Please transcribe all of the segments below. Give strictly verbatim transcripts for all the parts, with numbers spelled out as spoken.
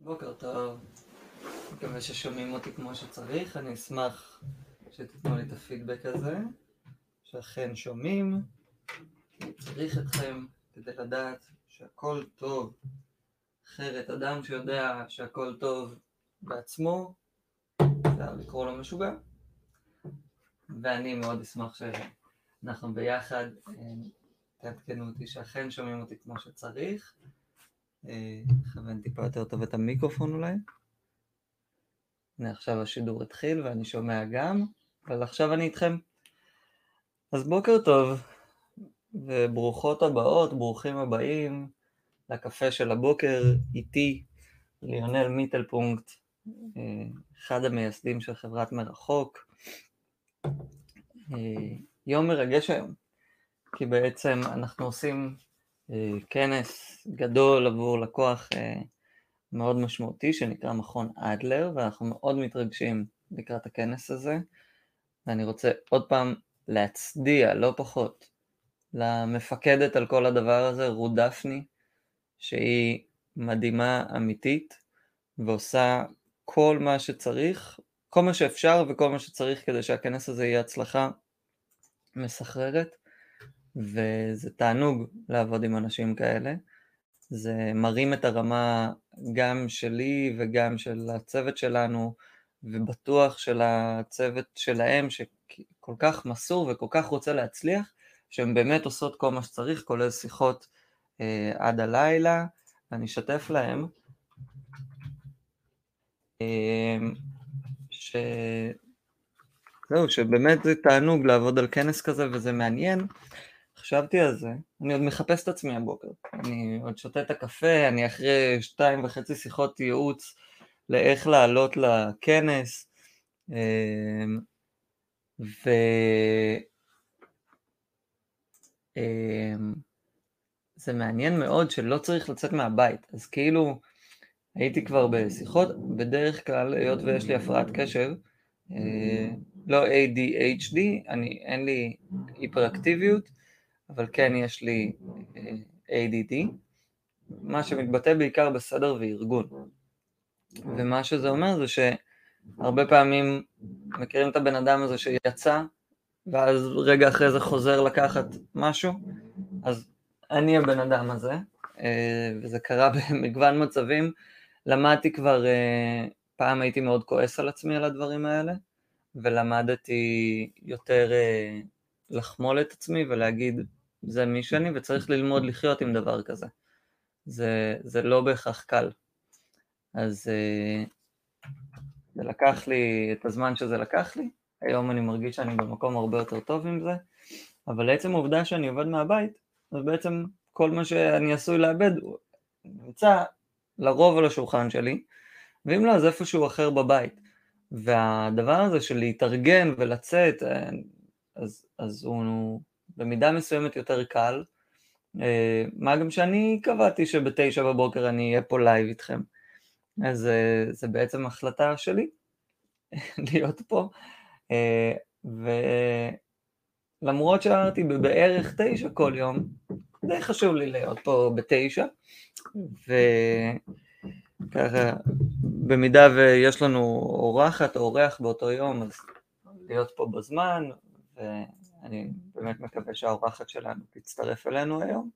בוקר טוב, מקווה ששומעים אותי כמו שצריך. אני אשמח שתתנו לי את הפידבק הזה, שאכן שומעים. אני צריך אתכם כדי לדעת שהכל טוב. אחרת אדם שיודע שהכל טוב בעצמו, אפשר לקרוא לו משוגע. ואני מאוד אשמח שאנחנו ביחד תעדכנו אותי שאכן שומעים אותי כמו שצריך. נכוון טיפה יותר טוב את המיקרופון אולי. הנה עכשיו השידור התחיל ואני שומע גם, אבל עכשיו אני איתכם. אז בוקר טוב, וברוכות הבאות, ברוכים הבאים לקפה של הבוקר איתי, ליונל מיטלפונקט, אחד המייסדים של חברת מרחוק. יום מרגש היום, כי בעצם אנחנו עושים כנס גדול עבור לקוח מאוד משמעותי שנקרא מכון אדלר, ואנחנו מאוד מתרגשים לקראת הכנס הזה. ואני רוצה עוד פעם להצדיע, לא פחות, למפקדת על כל הדבר הזה, רות דפני, שהיא מדהימה אמיתית, ועושה כל מה שצריך, כל מה שאפשר וכל מה שצריך כדי שהכנס הזה יהיה הצלחה מסחררת, וזה תענוג לעבוד עם אנשים כאלה. זה מרים את הרמה גם שלי וגם של הצוות שלנו, ובטוח של הצוות שלהם שכל כך מסור וכל כך רוצה להצליח, שהם באמת עושות כל מה שצריך, כולל שיחות אה, עד הלילה. אני אשתף להם אה, ש... זהו, שבאמת זה תענוג לעבוד על כנס כזה וזה מעניין. חשבתי על זה, אני עוד מחפש את עצמי הבוקר, אני עוד שותה את הקפה, אני אחרי שתיים וחצי שיחות ייעוץ לאיך לעלות לכנס, ו... זה מעניין מאוד שלא צריך לצאת מהבית, אז כאילו הייתי כבר בשיחות, בדרך כלל, היות ויש לי הפרעת קשב, לא איי די אייץ' די, אני, אין לי היפראקטיביות, אבל כן יש לי איי די די, מה שמתבטא בעיקר בסדר וארגון. ומה שזה אומר זה שהרבה פעמים מכירים את הבן אדם הזה שיצא, ואז רגע אחרי זה חוזר לקחת משהו, אז אני הבן אדם הזה, וזה קרה במגוון מצבים. למדתי כבר, פעם הייתי מאוד כועס על עצמי על הדברים האלה, ולמדתי יותר לחמול את עצמי ולהגיד, זה מי שאני, וצריך ללמוד לחיות עם דבר כזה. זה, זה לא בהכרח קל. אז זה לקח לי את הזמן שזה לקח לי. היום אני מרגיש שאני במקום הרבה יותר טוב עם זה, אבל לעצם העובדה שאני עובד מהבית, אז בעצם כל מה שאני עשוי לאבד נמצא לרוב על השולחן שלי, ואם לא, אז איפשהו אחר בבית. והדבר הזה של להתארגן ולצאת, אז, אז הוא במידה מסוימת יותר קל, מה גם שאני קבעתי שבתשע בבוקר אני אהיה פה לייב איתכם. אז זה בעצם החלטה שלי להיות פה, ולמרות שאמרתי בערך תשע כל יום, די חשוב לי להיות פה בתשע, וככה במידה ויש לנו אורחת או אורח באותו יום, אז להיות פה בזמן, ואני באמת מקווה שהאורחת שלנו תצטרף אלינו היום.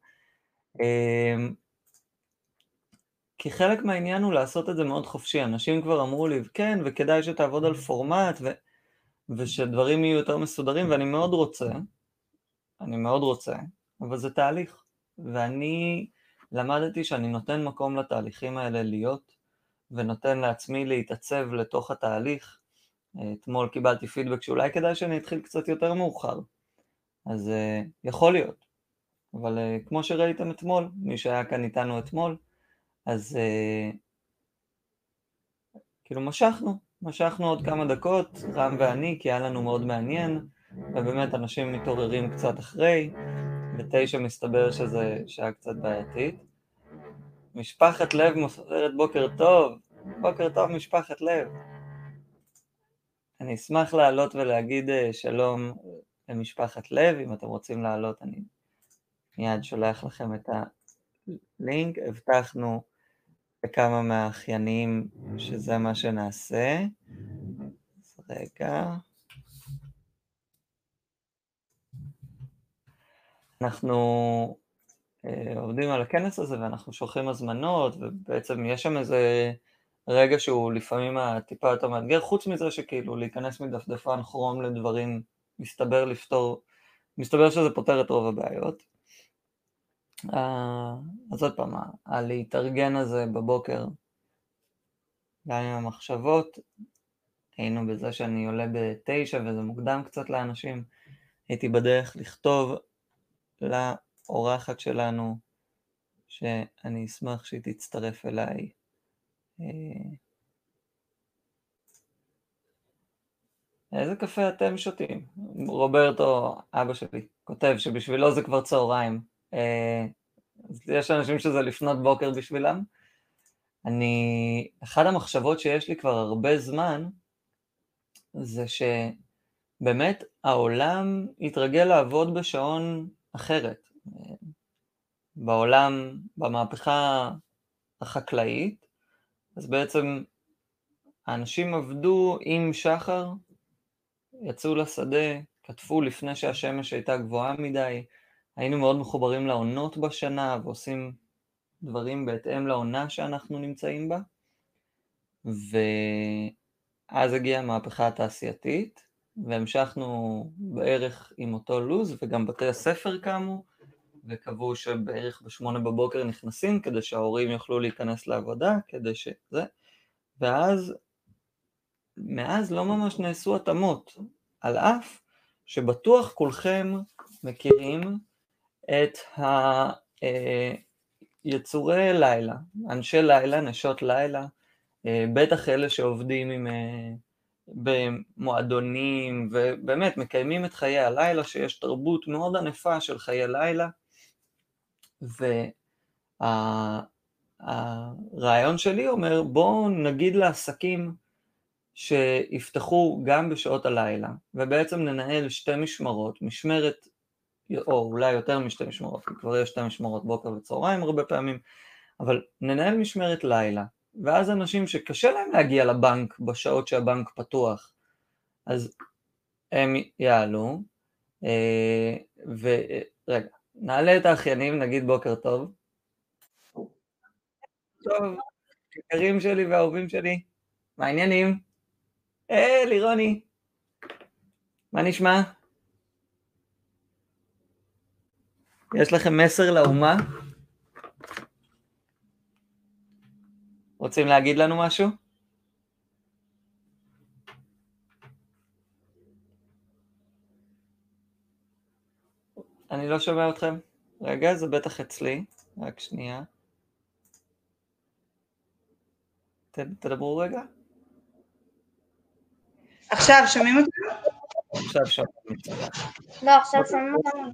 כי חלק מהעניין הוא לעשות את זה מאוד חופשי. אנשים כבר אמרו לי, כן, וכדאי שתעבוד על פורמט, ו... ושדברים יהיו יותר מסודרים, ואני מאוד רוצה, אני מאוד רוצה, אבל זה תהליך. ואני למדתי שאני נותן מקום לתהליכים האלה להיות, ונותן לעצמי להתעצב לתוך התהליך. אתמול קיבלתי פידבק שאולי כדאי שאני אתחיל קצת יותר מאוחר. אז uh, יכול להיות. אבל uh, כמו שראיתם אתמול, מי שהיה כאן איתנו אתמול, אז uh, כאילו משכנו, משכנו עוד כמה דקות, רם ואני, כי היה לנו מאוד מעניין, ובאמת אנשים מתעוררים קצת אחרי, בתשע מסתבר שזה שעה קצת בעייתית. משפחת לב מוסרת בוקר טוב, בוקר טוב משפחת לב. אני אשמח לעלות ולהגיד שלום למשפחת לב, אם אתם רוצים לעלות אני מיד שולח לכם את הלינק. הבטחנו וכמה מהאחייניים שזה מה שנעשה. אז רגע. אנחנו אה, עובדים על הכנס הזה ואנחנו שולחים הזמנות, ובעצם יש שם איזה רגע שהוא לפעמים הטיפה יותר מאתגר, חוץ מזה שכאילו להיכנס מדפדפן כרום לדברים, מסתבר לפתור, מסתבר שזה פותר את רוב הבעיות. אה, אז עוד פעם, הלהתארגן הזה בבוקר, גם עם המחשבות, היינו בזה שאני עולה בתשע וזה מוקדם קצת לאנשים, הייתי בדרך לכתוב לאורחת שלנו, שאני אשמח שהיא תצטרף אליי. איזה קפה אתם שותים? רוברטו, אבא שלי, כותב שבשבילו זה כבר צהריים. אז יש אנשים שזה לפנות בוקר בשבילם. אני, אחד המחשבות שיש לי כבר הרבה זמן, זה שבאמת העולם התרגל לעבוד בשעון אחרת. בעולם, במהפכה החקלאית, אז בעצם האנשים עבדו עם שחר, יצאו לשדה, כתבו לפני שהשמש הייתה גבוהה מדי, היינו מאוד מחוברים לעונות בשנה ועושים דברים בהתאם לעונה שאנחנו נמצאים בה, ואז הגיעה המהפכה התעשייתית, והמשכנו בערך עם אותו לוז, וגם בתי הספר קמו, וקבעו שבערך בשמונה בבוקר נכנסים, כדי שההורים יוכלו להיכנס לעבודה, כדי שזה, ואז, מאז לא ממש נעשו התאמות, על אף שבטוח כולכם מכירים את היצורי לילה, אנשי לילה, נשות לילה, בטח אלה שעובדים עם, במועדונים, ובאמת מקיימים את חיי הלילה, שיש תרבות מאוד ענפה של חיי לילה, והרעיון שלי אומר, בואו נגיד לעסקים שיפתחו גם בשעות הלילה, ובעצם ננהל שתי משמרות, משמרת, או אולי יותר משתי משמרות, כי כבר יש שתי משמרות בוקר וצהריים הרבה פעמים, אבל ננהל משמרת לילה, ואז אנשים שקשה להם להגיע לבנק בשעות שהבנק פתוח, אז הם יעלו, ורגע, נעלה את האחיינים, נגיד בוקר טוב. טוב, יקרים שלי והאהובים שלי, מה העניינים? אה, לירוני, מה נשמע? יש לכם מסר לאומה? רוצים להגיד לנו משהו? אני לא שומע אתכם. רגע, זה בטח אצלי. רק שנייה. ת, תדברו רגע. עכשיו שומעים אותנו? עכשיו שומעים. לא, עכשיו שומעים אותנו.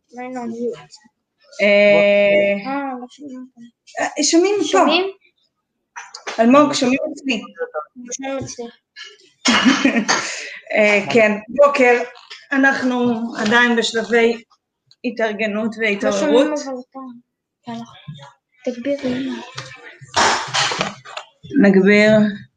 שומעים פה. שומעים? אלמוג, שומעים אצלי. שומעים אצלי. כן, בוקר. אנחנו עדיין בשלבי התארגנות והתעוררות. לא שומעים אבל פעם. תגביר לי. נגביר.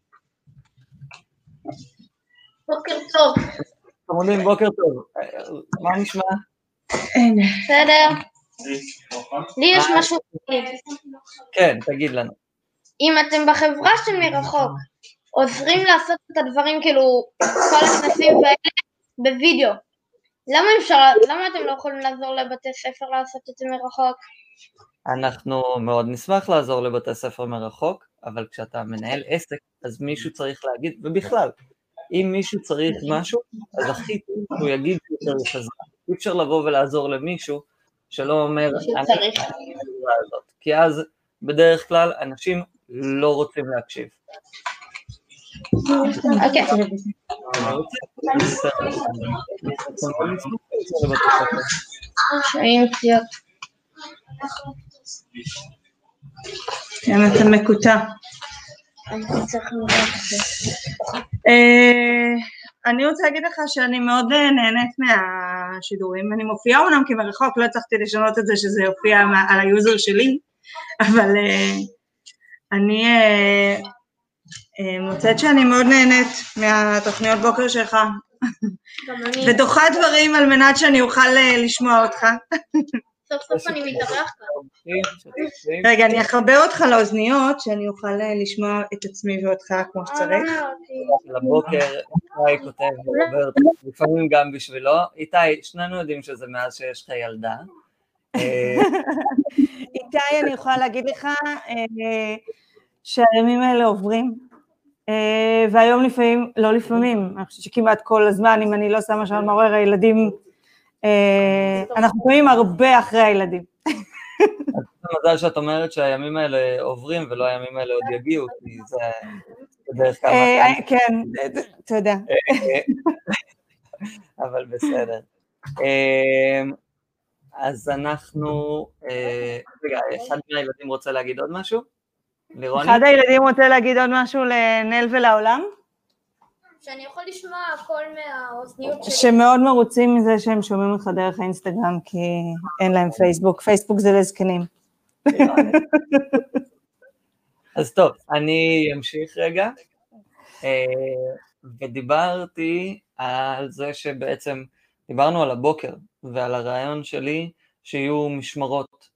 בוקר טוב. חמודים, בוקר טוב. מה נשמע? בסדר. לי יש משהו להגיד. כן, תגיד לנו. אם אתם בחברה של מרחוק, עוזרים לעשות את הדברים כאילו, כל הכנסים ואלה בווידאו. למה אפשר, למה אתם לא יכולים לעזור לבתי ספר לעשות את זה מרחוק? אנחנו מאוד נשמח לעזור לבתי ספר מרחוק, אבל כשאתה מנהל עסק, אז מישהו צריך להגיד, ובכלל, אם מישהו צריך משהו, אז הכי טוב הוא יגיד שהוא צריך עזרה. אי אפשר לבוא ולעזור למישהו שלא אומר, אני צריך. כי אז בדרך כלל אנשים לא רוצים להקשיב. אוקיי. שומעים קציות. כן, אתה מקוטע. אני רוצה להגיד לך שאני מאוד נהנית מהשידורים, אני מופיעה אומנם כמרחוק, לא הצלחתי לשנות את זה שזה יופיע על היוזר שלי, אבל אני אה, אה, מוצאת שאני מאוד נהנית מהתוכניות בוקר שלך, גם אני. ודוחה דברים על מנת שאני אוכל אה, לשמוע אותך. סוף סוף אני מתארחת. רגע, אני אחבר אותך לאוזניות, שאני אוכל אה, לשמוע את עצמי ואותך כמו שצריך. לבוקר, איתי כותב ורוברט, לפעמים גם בשבילו. איתי, שנינו יודעים שזה מאז שיש לך ילדה. איתי, אני יכולה להגיד לך שהימים האלה עוברים, והיום לפעמים, לא לפעמים, אני חושבת שכמעט כל הזמן, אם אני לא שמה שעון מעורר, הילדים, אנחנו פעמים הרבה אחרי הילדים. אז זה מזל שאת אומרת שהימים האלה עוברים, ולא הימים האלה עוד יגיעו, כי זה בדרך כלל... כן, תודה. אבל בסדר. אז אנחנו... רגע, אחד מהילדים רוצה להגיד עוד משהו? לירוני? אחד הילדים רוצה להגיד עוד משהו לנל ולעולם? שאני יכול לשמוע הכל מהאוזניות שלי. שמאוד מרוצים מזה שהם שומעים אותך דרך האינסטגרם, כי אין להם פייסבוק. פייסבוק זה לזקנים. אז טוב, אני אמשיך רגע, ודיברתי על זה שבעצם, דיברנו על הבוקר ועל הרעיון שלי שיהיו משמרות,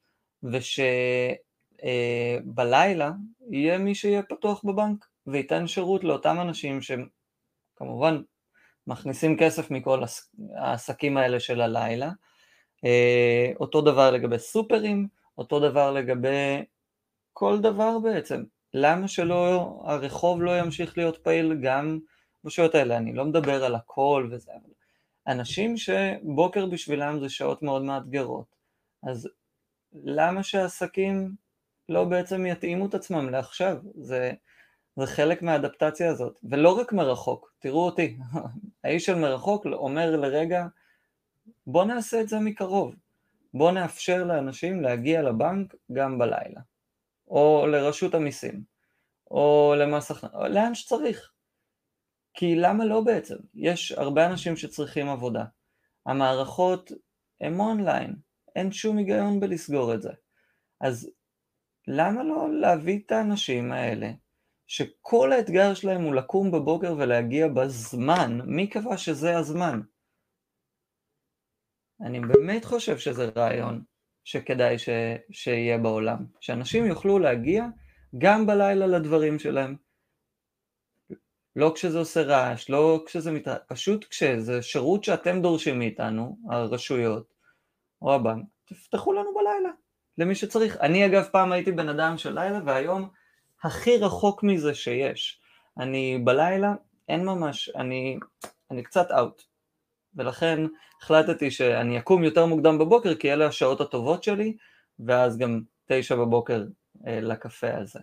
ושבלילה יהיה מי שיהיה פתוח בבנק, וייתן שירות לאותם אנשים שכמובן מכניסים כסף מכל העסקים האלה של הלילה, אותו דבר לגבי סופרים, אותו דבר לגבי כל דבר בעצם. למה שלא, הרחוב לא ימשיך להיות פעיל גם בשעות האלה? אני לא מדבר על הכל וזה, אבל אנשים שבוקר בשבילם זה שעות מאוד מאתגרות, אז למה שהעסקים לא בעצם יתאימו את עצמם לעכשיו? זה, זה חלק מהאדפטציה הזאת, ולא רק מרחוק. תראו אותי, האיש של מרחוק אומר לרגע, בוא נעשה את זה מקרוב, בוא נאפשר לאנשים להגיע לבנק גם בלילה, או לרשות המיסים, או למס הכנסה, לאן שצריך. כי למה לא בעצם? יש הרבה אנשים שצריכים עבודה. המערכות הם אונליין, אין שום היגיון בלסגור את זה. אז למה לא להביא את האנשים האלה, שכל האתגר שלהם הוא לקום בבוקר ולהגיע בזמן? מי קבע שזה הזמן? אני באמת חושב שזה רעיון שכדאי ש... שיהיה בעולם, שאנשים יוכלו להגיע גם בלילה לדברים שלהם, לא כשזה עושה רעש, לא כשזה מת... פשוט כשזה שירות שאתם דורשים מאיתנו, הרשויות או הבנק, תפתחו לנו בלילה, למי שצריך. אני אגב פעם הייתי בן אדם של לילה, והיום הכי רחוק מזה שיש. אני בלילה, אין ממש, אני, אני קצת אאוט, ולכן החלטתי שאני אקום יותר מוקדם בבוקר, כי אלה השעות הטובות שלי, ואז גם תשע בבוקר אה, לקפה הזה.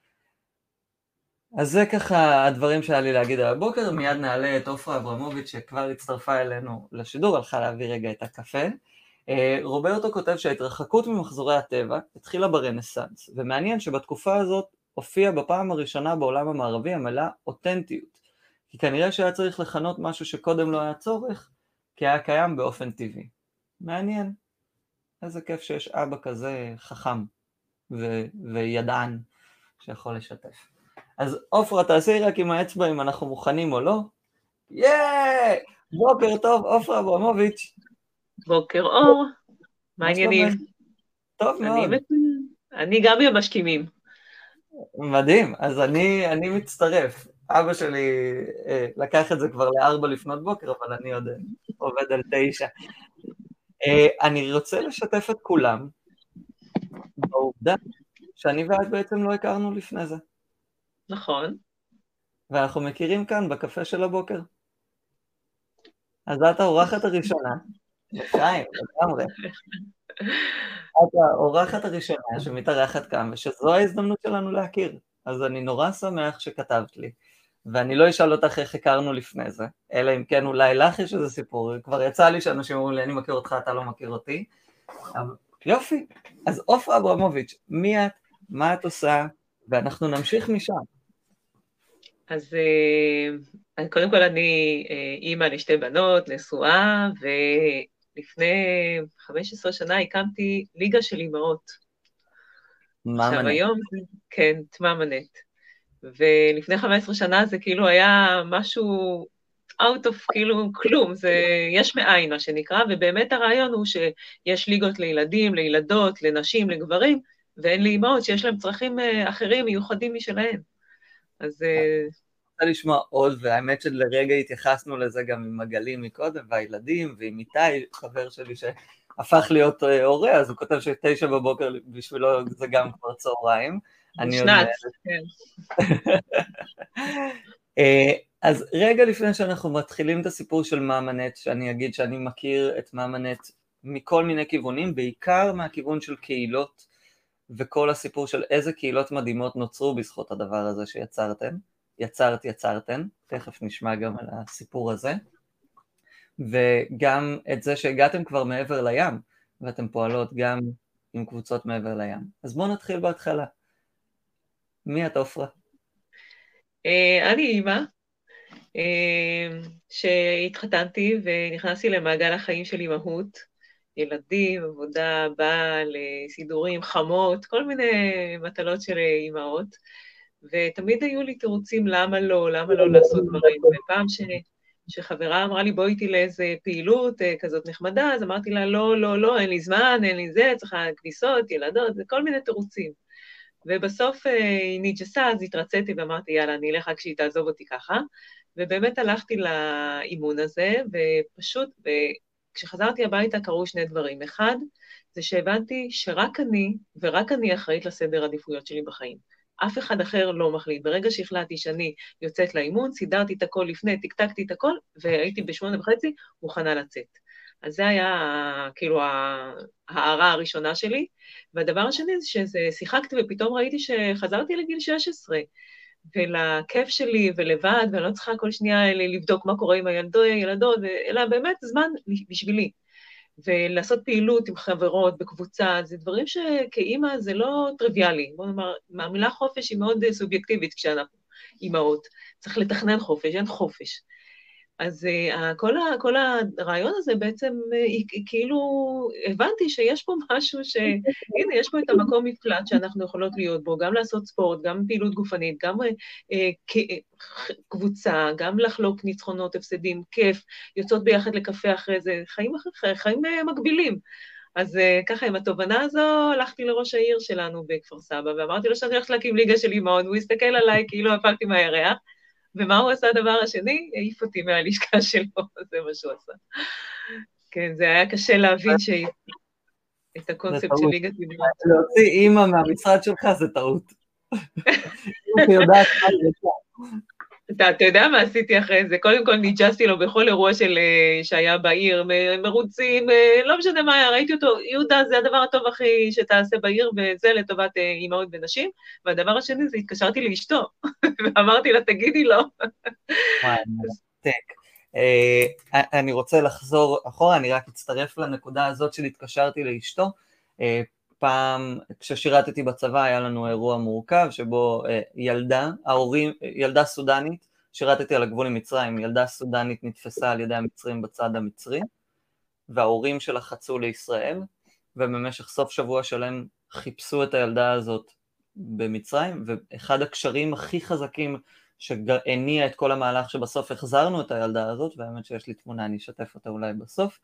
אז זה ככה הדברים שהיה לי להגיד על הבוקר. מיד נעלה את עופרה אברמוביץ' שכבר הצטרפה אלינו לשידור, הלכה להביא רגע את הקפה. אה, רוברטו כותב שההתרחקות ממחזורי הטבע התחילה ברנסנס, ומעניין שבתקופה הזאת הופיע בפעם הראשונה בעולם המערבי המילה אותנטיות, כי כנראה שהיה צריך לכנות משהו שקודם לא היה צורך, כי היה קיים באופן טבעי. מעניין. איזה כיף שיש אבא כזה חכם ו- וידען שיכול לשתף. אז עופרה, תעשי רק עם האצבע אם אנחנו מוכנים או לא. יאיי! בוקר טוב, עופרה אברמוביץ'. בוקר אור, מה העניינים? טוב מאוד. אני גם משכימים. מדהים, אז אני, אני מצטרף. אבא שלי אה, לקח את זה כבר לארבע לפנות בוקר, אבל אני עוד עובד על תשע. אה, אני רוצה לשתף את כולם בעובדה שאני ואת בעצם לא הכרנו לפני זה. נכון. ואנחנו מכירים כאן בקפה של הבוקר. אז את האורחת הראשונה, לחיים, לגמרי. את האורחת הראשונה שמתארחת כאן, ושזו ההזדמנות שלנו להכיר. אז אני נורא שמח שכתבת לי, ואני לא אשאל אותך איך הכרנו לפני זה, אלא אם כן אולי לך יש איזה סיפור. כבר יצא לי שאנשים אומרים לי, אני מכיר אותך, אתה לא מכיר אותי. אבל יופי. אז עופרה אברמוביץ', מי את, מה את עושה, ואנחנו נמשיך משם. אז קודם כל אני אימא לשתי בנות, נשואה, ולפני חמש עשרה שנה הקמתי ליגה של אימהות. מאמאנט. עכשיו היום, כן, מאמאנט. ולפני חמש עשרה שנה זה כאילו היה משהו out of כאילו כלום, זה יש מאין מה שנקרא, ובאמת הרעיון הוא שיש ליגות לילדים, לילדות, לנשים, לגברים, ואין לאימהות שיש להם צרכים אחרים מיוחדים משלהם. אז... רוצה לשמוע עוד, והאמת שלרגע התייחסנו לזה גם עם הגלים מקודם, והילדים, ועם איתי, חבר שלי שהפך להיות הורה, אז הוא כותב שתשע בבוקר בשבילו זה גם כבר צהריים. בשנת, כן. אז רגע לפני שאנחנו מתחילים את הסיפור של מאמאנט, שאני אגיד שאני מכיר את מאמאנט מכל מיני כיוונים, בעיקר מהכיוון של קהילות, וכל הסיפור של איזה קהילות מדהימות נוצרו בזכות הדבר הזה שיצרתם. יצרת, יצרתן, תכף נשמע גם על הסיפור הזה, וגם את זה שהגעתם כבר מעבר לים, ואתם פועלות גם עם קבוצות מעבר לים. אז בואו נתחיל בהתחלה. מי את עופרה? אני אימא, שהתחתנתי ונכנסתי למעגל החיים של אימהות, ילדים, עבודה, בעל, סידורים, חמות, כל מיני מטלות של אימהות, ותמיד היו לי תירוצים למה לא, למה לא לעשות דברים. ופעם ש... שחברה אמרה לי בואי איתי לאיזה פעילות כזאת נחמדה, אז אמרתי לה לא, לא, לא, אין לי זמן, אין לי זה, צריכה כביסות, ילדות, זה כל מיני תירוצים. ובסוף היא נג'סה, אז התרציתי ואמרתי יאללה, אני אלך רק שהיא תעזוב אותי ככה, ובאמת הלכתי לאימון הזה, ופשוט, כשחזרתי הביתה קרו שני דברים. אחד, זה שהבנתי שרק אני, ורק אני אחראית לסדר עדיפויות שלי בחיים. אף אחד אחר לא מחליט. ברגע שהחלטתי שאני יוצאת לאימון, סידרתי את הכל לפני, תקתקתי את הכל, והייתי בשמונה וחצי מוכנה לצאת. אז זה היה כאילו ההערה הראשונה שלי. והדבר השני זה שזה שיחקתי ופתאום ראיתי שחזרתי לגיל שש עשרה, ולכיף שלי ולבד, ואני לא צריכה כל שנייה לבדוק מה קורה עם הילדות, אלא באמת זמן בשבילי. ולעשות פעילות עם חברות בקבוצה, זה דברים שכאימא זה לא טריוויאלי. בוא נאמר, המילה חופש היא מאוד סובייקטיבית כשאנחנו אימהות. צריך לתכנן חופש, אין חופש. אז uh, כל, ה, כל הרעיון הזה בעצם, uh, כאילו הבנתי שיש פה משהו ש... הנה, יש פה את המקום מפלט שאנחנו יכולות להיות בו, גם לעשות ספורט, גם פעילות גופנית, גם uh, כ- קבוצה, גם לחלוק ניצחונות, הפסדים, כיף, יוצאות ביחד לקפה אחרי זה, חיים, אחרי, חיים uh, מקבילים. אז uh, ככה, עם התובנה הזו, הלכתי לראש העיר שלנו בכפר סבא, ואמרתי לו שאני הולכת להקים ליגה של אימהות, והוא הסתכל עליי כאילו הפלתי מהירח, ומה הוא עשה הדבר השני? העיף אותי מהלשכה שלו, זה מה שהוא עשה. כן, זה היה קשה להבין את הקונספט של ליגת אימהות. להוציא אימא מהמשרד שלך זה טעות. אתה יודעת מה זה עושה. אתה יודע מה עשיתי אחרי זה? קודם כל ניג'סתי לו בכל אירוע שהיה בעיר, מרוצים, לא משנה מה היה, ראיתי אותו, יהודה זה הדבר הטוב הכי שתעשה בעיר, וזה לטובת אימהות ונשים, והדבר השני זה התקשרתי לאשתו, ואמרתי לה, תגידי לו. וואי, מרתק. אני רוצה לחזור אחורה, אני רק אצטרף לנקודה הזאת של התקשרתי לאשתו. פעם, כששירתתי בצבא, היה לנו אירוע מורכב, שבו ילדה, ההורים, ילדה סודנית, שירתתי על הגבול עם מצרים, ילדה סודנית נתפסה על ידי המצרים בצד המצרי, וההורים שלה חצו לישראל, ובמשך סוף שבוע שלם חיפשו את הילדה הזאת במצרים, ואחד הקשרים הכי חזקים שהניע את כל המהלך שבסוף החזרנו את הילדה הזאת, והאמת שיש לי תמונה, אני אשתף אותה אולי בסוף,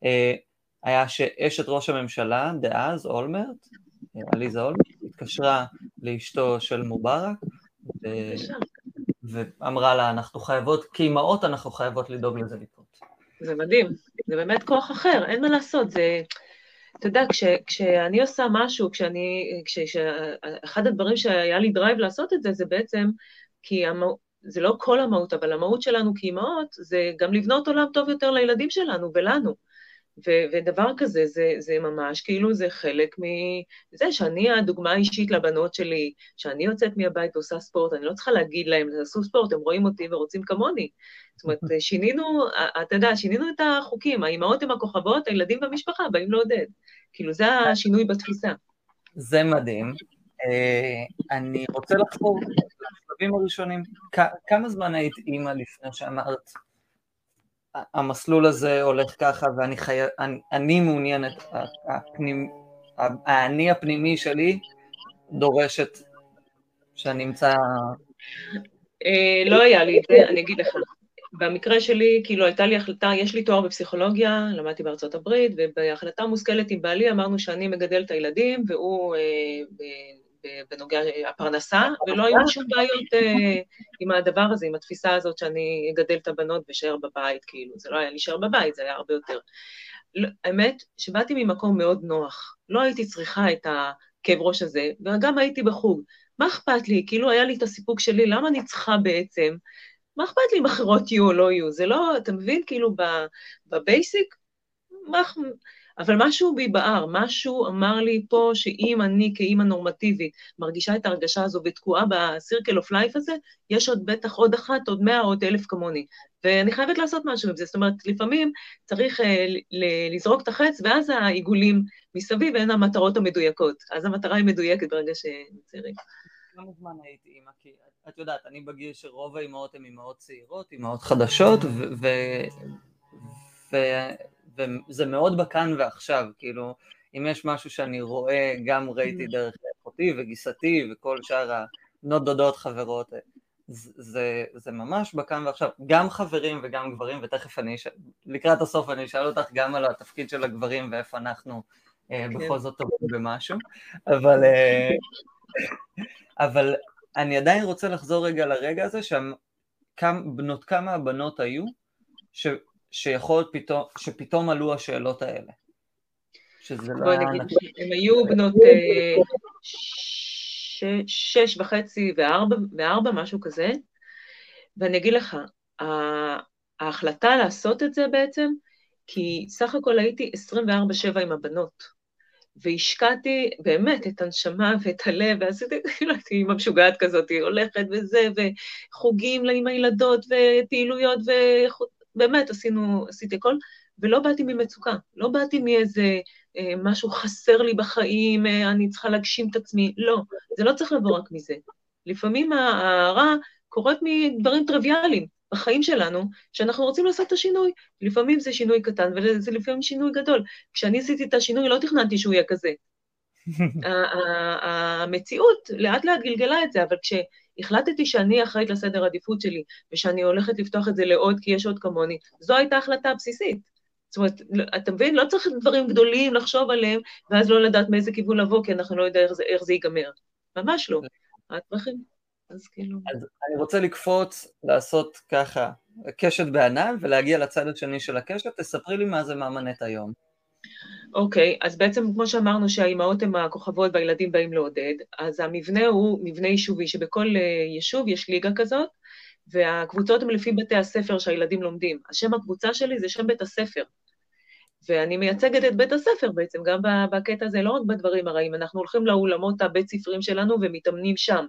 היה שאשת ראש הממשלה דאז, אולמרט, עליזה אולמרט, התקשרה לאשתו של מובארק, ו... ואמרה לה, אנחנו חייבות, כאימהות אנחנו חייבות לדאוג לזה לקרות. זה מדהים, זה באמת כוח אחר, אין מה לעשות, זה, אתה יודע, כש, כשאני עושה משהו, כשאני, כש, אחד הדברים שהיה לי דרייב לעשות את זה, זה בעצם, כי המהות, זה לא כל המהות, אבל המהות שלנו כאימהות, זה גם לבנות עולם טוב יותר לילדים שלנו ולנו. ו- ודבר כזה, זה, זה ממש, כאילו זה חלק מזה שאני הדוגמה האישית לבנות שלי, שאני יוצאת מהבית ועושה ספורט, אני לא צריכה להגיד להם, תעשו ספורט, הם רואים אותי ורוצים כמוני. זאת אומרת, שינינו, אתה יודע, שינינו את החוקים, האימהות הן הכוכבות, הילדים במשפחה באים לעודד. כאילו זה השינוי בתפיסה. זה מדהים. אני רוצה לחזור לשלבים הראשונים. כמה זמן היית אימא לפני שאמרת, המסלול הזה הולך ככה, ואני חי... אני, אני מעוניינת, הפנימ... האני הפנימי שלי דורשת שאני אמצא... לא היה לי את זה, אני אגיד לך. במקרה שלי, כאילו הייתה לי החלטה, יש לי תואר בפסיכולוגיה, למדתי בארצות הברית, ובהחלטה מושכלת עם בעלי אמרנו שאני מגדל את הילדים, והוא בנוגע הפרנסה, ולא היו שום בעיות עם הדבר הזה, עם התפיסה הזאת שאני אגדל את הבנות ושאר בבית, כאילו, זה לא היה להישאר בבית, זה היה הרבה יותר. האמת, שבאתי ממקום מאוד נוח, לא הייתי צריכה את הכאב ראש הזה, וגם הייתי בחוג. מה אכפת לי? כאילו היה לי את הסיפוק שלי, למה אני צריכה בעצם? מה אכפת לי אם אחרות יהיו או לא יהיו? זה לא, אתה מבין, כאילו בבייסיק, אבל משהו בי בער, משהו אמר לי פה שאם אני כאימא נורמטיבית מרגישה את ההרגשה הזו ותקועה בסירקל אוף לייף הזה, יש עוד בטח עוד אחת, עוד מאה, עוד אלף כמוני. ואני חייבת לעשות משהו עם זה, זאת אומרת, לפעמים צריך לזרוק את החץ, ואז העיגולים מסביב הן המטרות המדויקות. אז המטרה היא מדויקת ברגע שנצרים. כמה זמן הייתי אימא? כי את יודעת, אני בגיל שרוב האימהות הן אימהות צעירות, אימהות חדשות, וזה מאוד בכאן ועכשיו, כאילו, אם יש משהו שאני רואה, גם ראיתי דרך אחותי וגיסתי וכל שאר הבנות דודות חברות, זה, זה ממש בכאן ועכשיו, גם חברים וגם גברים, ותכף אני, לקראת הסוף אני אשאל אותך גם על התפקיד של הגברים ואיפה אנחנו בכל זאת טובים במשהו, אבל... אבל אני עדיין רוצה לחזור רגע לרגע הזה, שבנות כמה הבנות היו, ש, שיכול פתאום, שפתאום עלו השאלות האלה. שזה לא... נגיד, הם היו בנות ש, שש וחצי וארבע, וארבע, משהו כזה, ואני אגיד לך, ההחלטה לעשות את זה בעצם, כי סך הכל הייתי עשרים וארבע שבע עם הבנות, והשקעתי באמת את הנשמה ואת הלב, ועשיתי, כאילו, הייתי אימא משוגעת כזאת, הולכת וזה, וחוגים לה עם הילדות, ופעילויות, ובאמת עשינו, עשיתי הכל, ולא באתי ממצוקה, לא באתי מאיזה אה, משהו חסר לי בחיים, אה, אני צריכה להגשים את עצמי, לא, זה לא צריך לבוא רק מזה. לפעמים הרע קורית מדברים טריוויאליים, בחיים שלנו, שאנחנו רוצים לעשות את השינוי, לפעמים זה שינוי קטן, וזה לפעמים שינוי גדול. כשאני עשיתי את השינוי, לא תכננתי שהוא יהיה כזה. המציאות לאט לאט גלגלה את זה, אבל כשהחלטתי שאני אחראית לסדר עדיפות שלי, ושאני הולכת לפתוח את זה לעוד, כי יש עוד כמוני, זו הייתה החלטה בסיסית. זאת אומרת, אתה מבין, לא צריך דברים גדולים לחשוב עליהם, ואז לא לדעת מאיזה כיוון לבוא, כי אנחנו לא יודעים איך זה, איך זה ייגמר. ממש לא. הדרכים. אז כאילו... אז אני רוצה לקפוץ, לעשות ככה, קשת בענן, ולהגיע לצד השני של הקשת, תספרי לי מה זה מאמנת היום. אוקיי, אז בעצם כמו שאמרנו שהאימהות הן הכוכבות והילדים באים לעודד, אז המבנה הוא מבנה יישובי, שבכל יישוב יש ליגה כזאת, והקבוצות הן לפי בתי הספר שהילדים לומדים. השם הקבוצה שלי זה שם בית הספר, ואני מייצגת את בית הספר בעצם, גם בקטע הזה, לא רק בדברים הרעים, אנחנו הולכים לאולמות הבית ספרים שלנו ומתאמנים שם.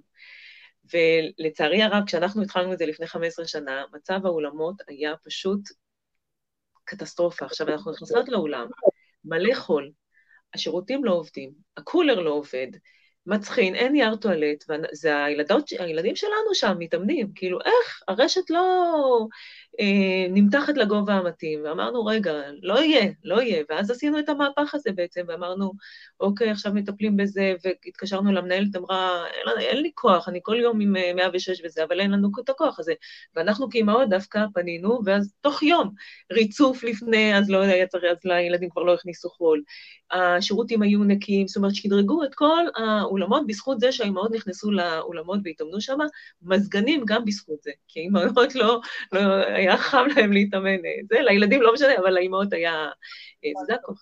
ולצערי הרב, כשאנחנו התחלנו את זה לפני חמש עשרה שנה, מצב האולמות היה פשוט קטסטרופה. עכשיו אנחנו נכנסות לאולם, מלא חול, השירותים לא עובדים, הקולר לא עובד, מצחין, אין נייר טואלט, וזה הילדות, הילדים שלנו שם מתאמנים, כאילו איך הרשת לא אה, נמתחת לגובה המתאים, ואמרנו רגע, לא יהיה, לא יהיה, ואז עשינו את המהפך הזה בעצם, ואמרנו, אוקיי, עכשיו מטפלים בזה, והתקשרנו למנהלת, אמרה, אין, אין לי כוח, אני כל יום עם מאה ושש וזה, אבל אין לנו את הכוח הזה, ואנחנו כאימהות דווקא פנינו, ואז תוך יום, ריצוף לפני, אז לא היה צריך, אז לילדים כבר לא הכניסו חול, השירותים היו נקיים, זאת אומרת, שדרגו את כל האולמות בזכות זה שהאימהות נכנסו לאולמות והתאמנו שם, מזגנים גם בזכות זה, כי האימהות לא, לא היה חם להם להתאמן, זה, לילדים לא משנה, אבל לאימהות היה, זה הכוח.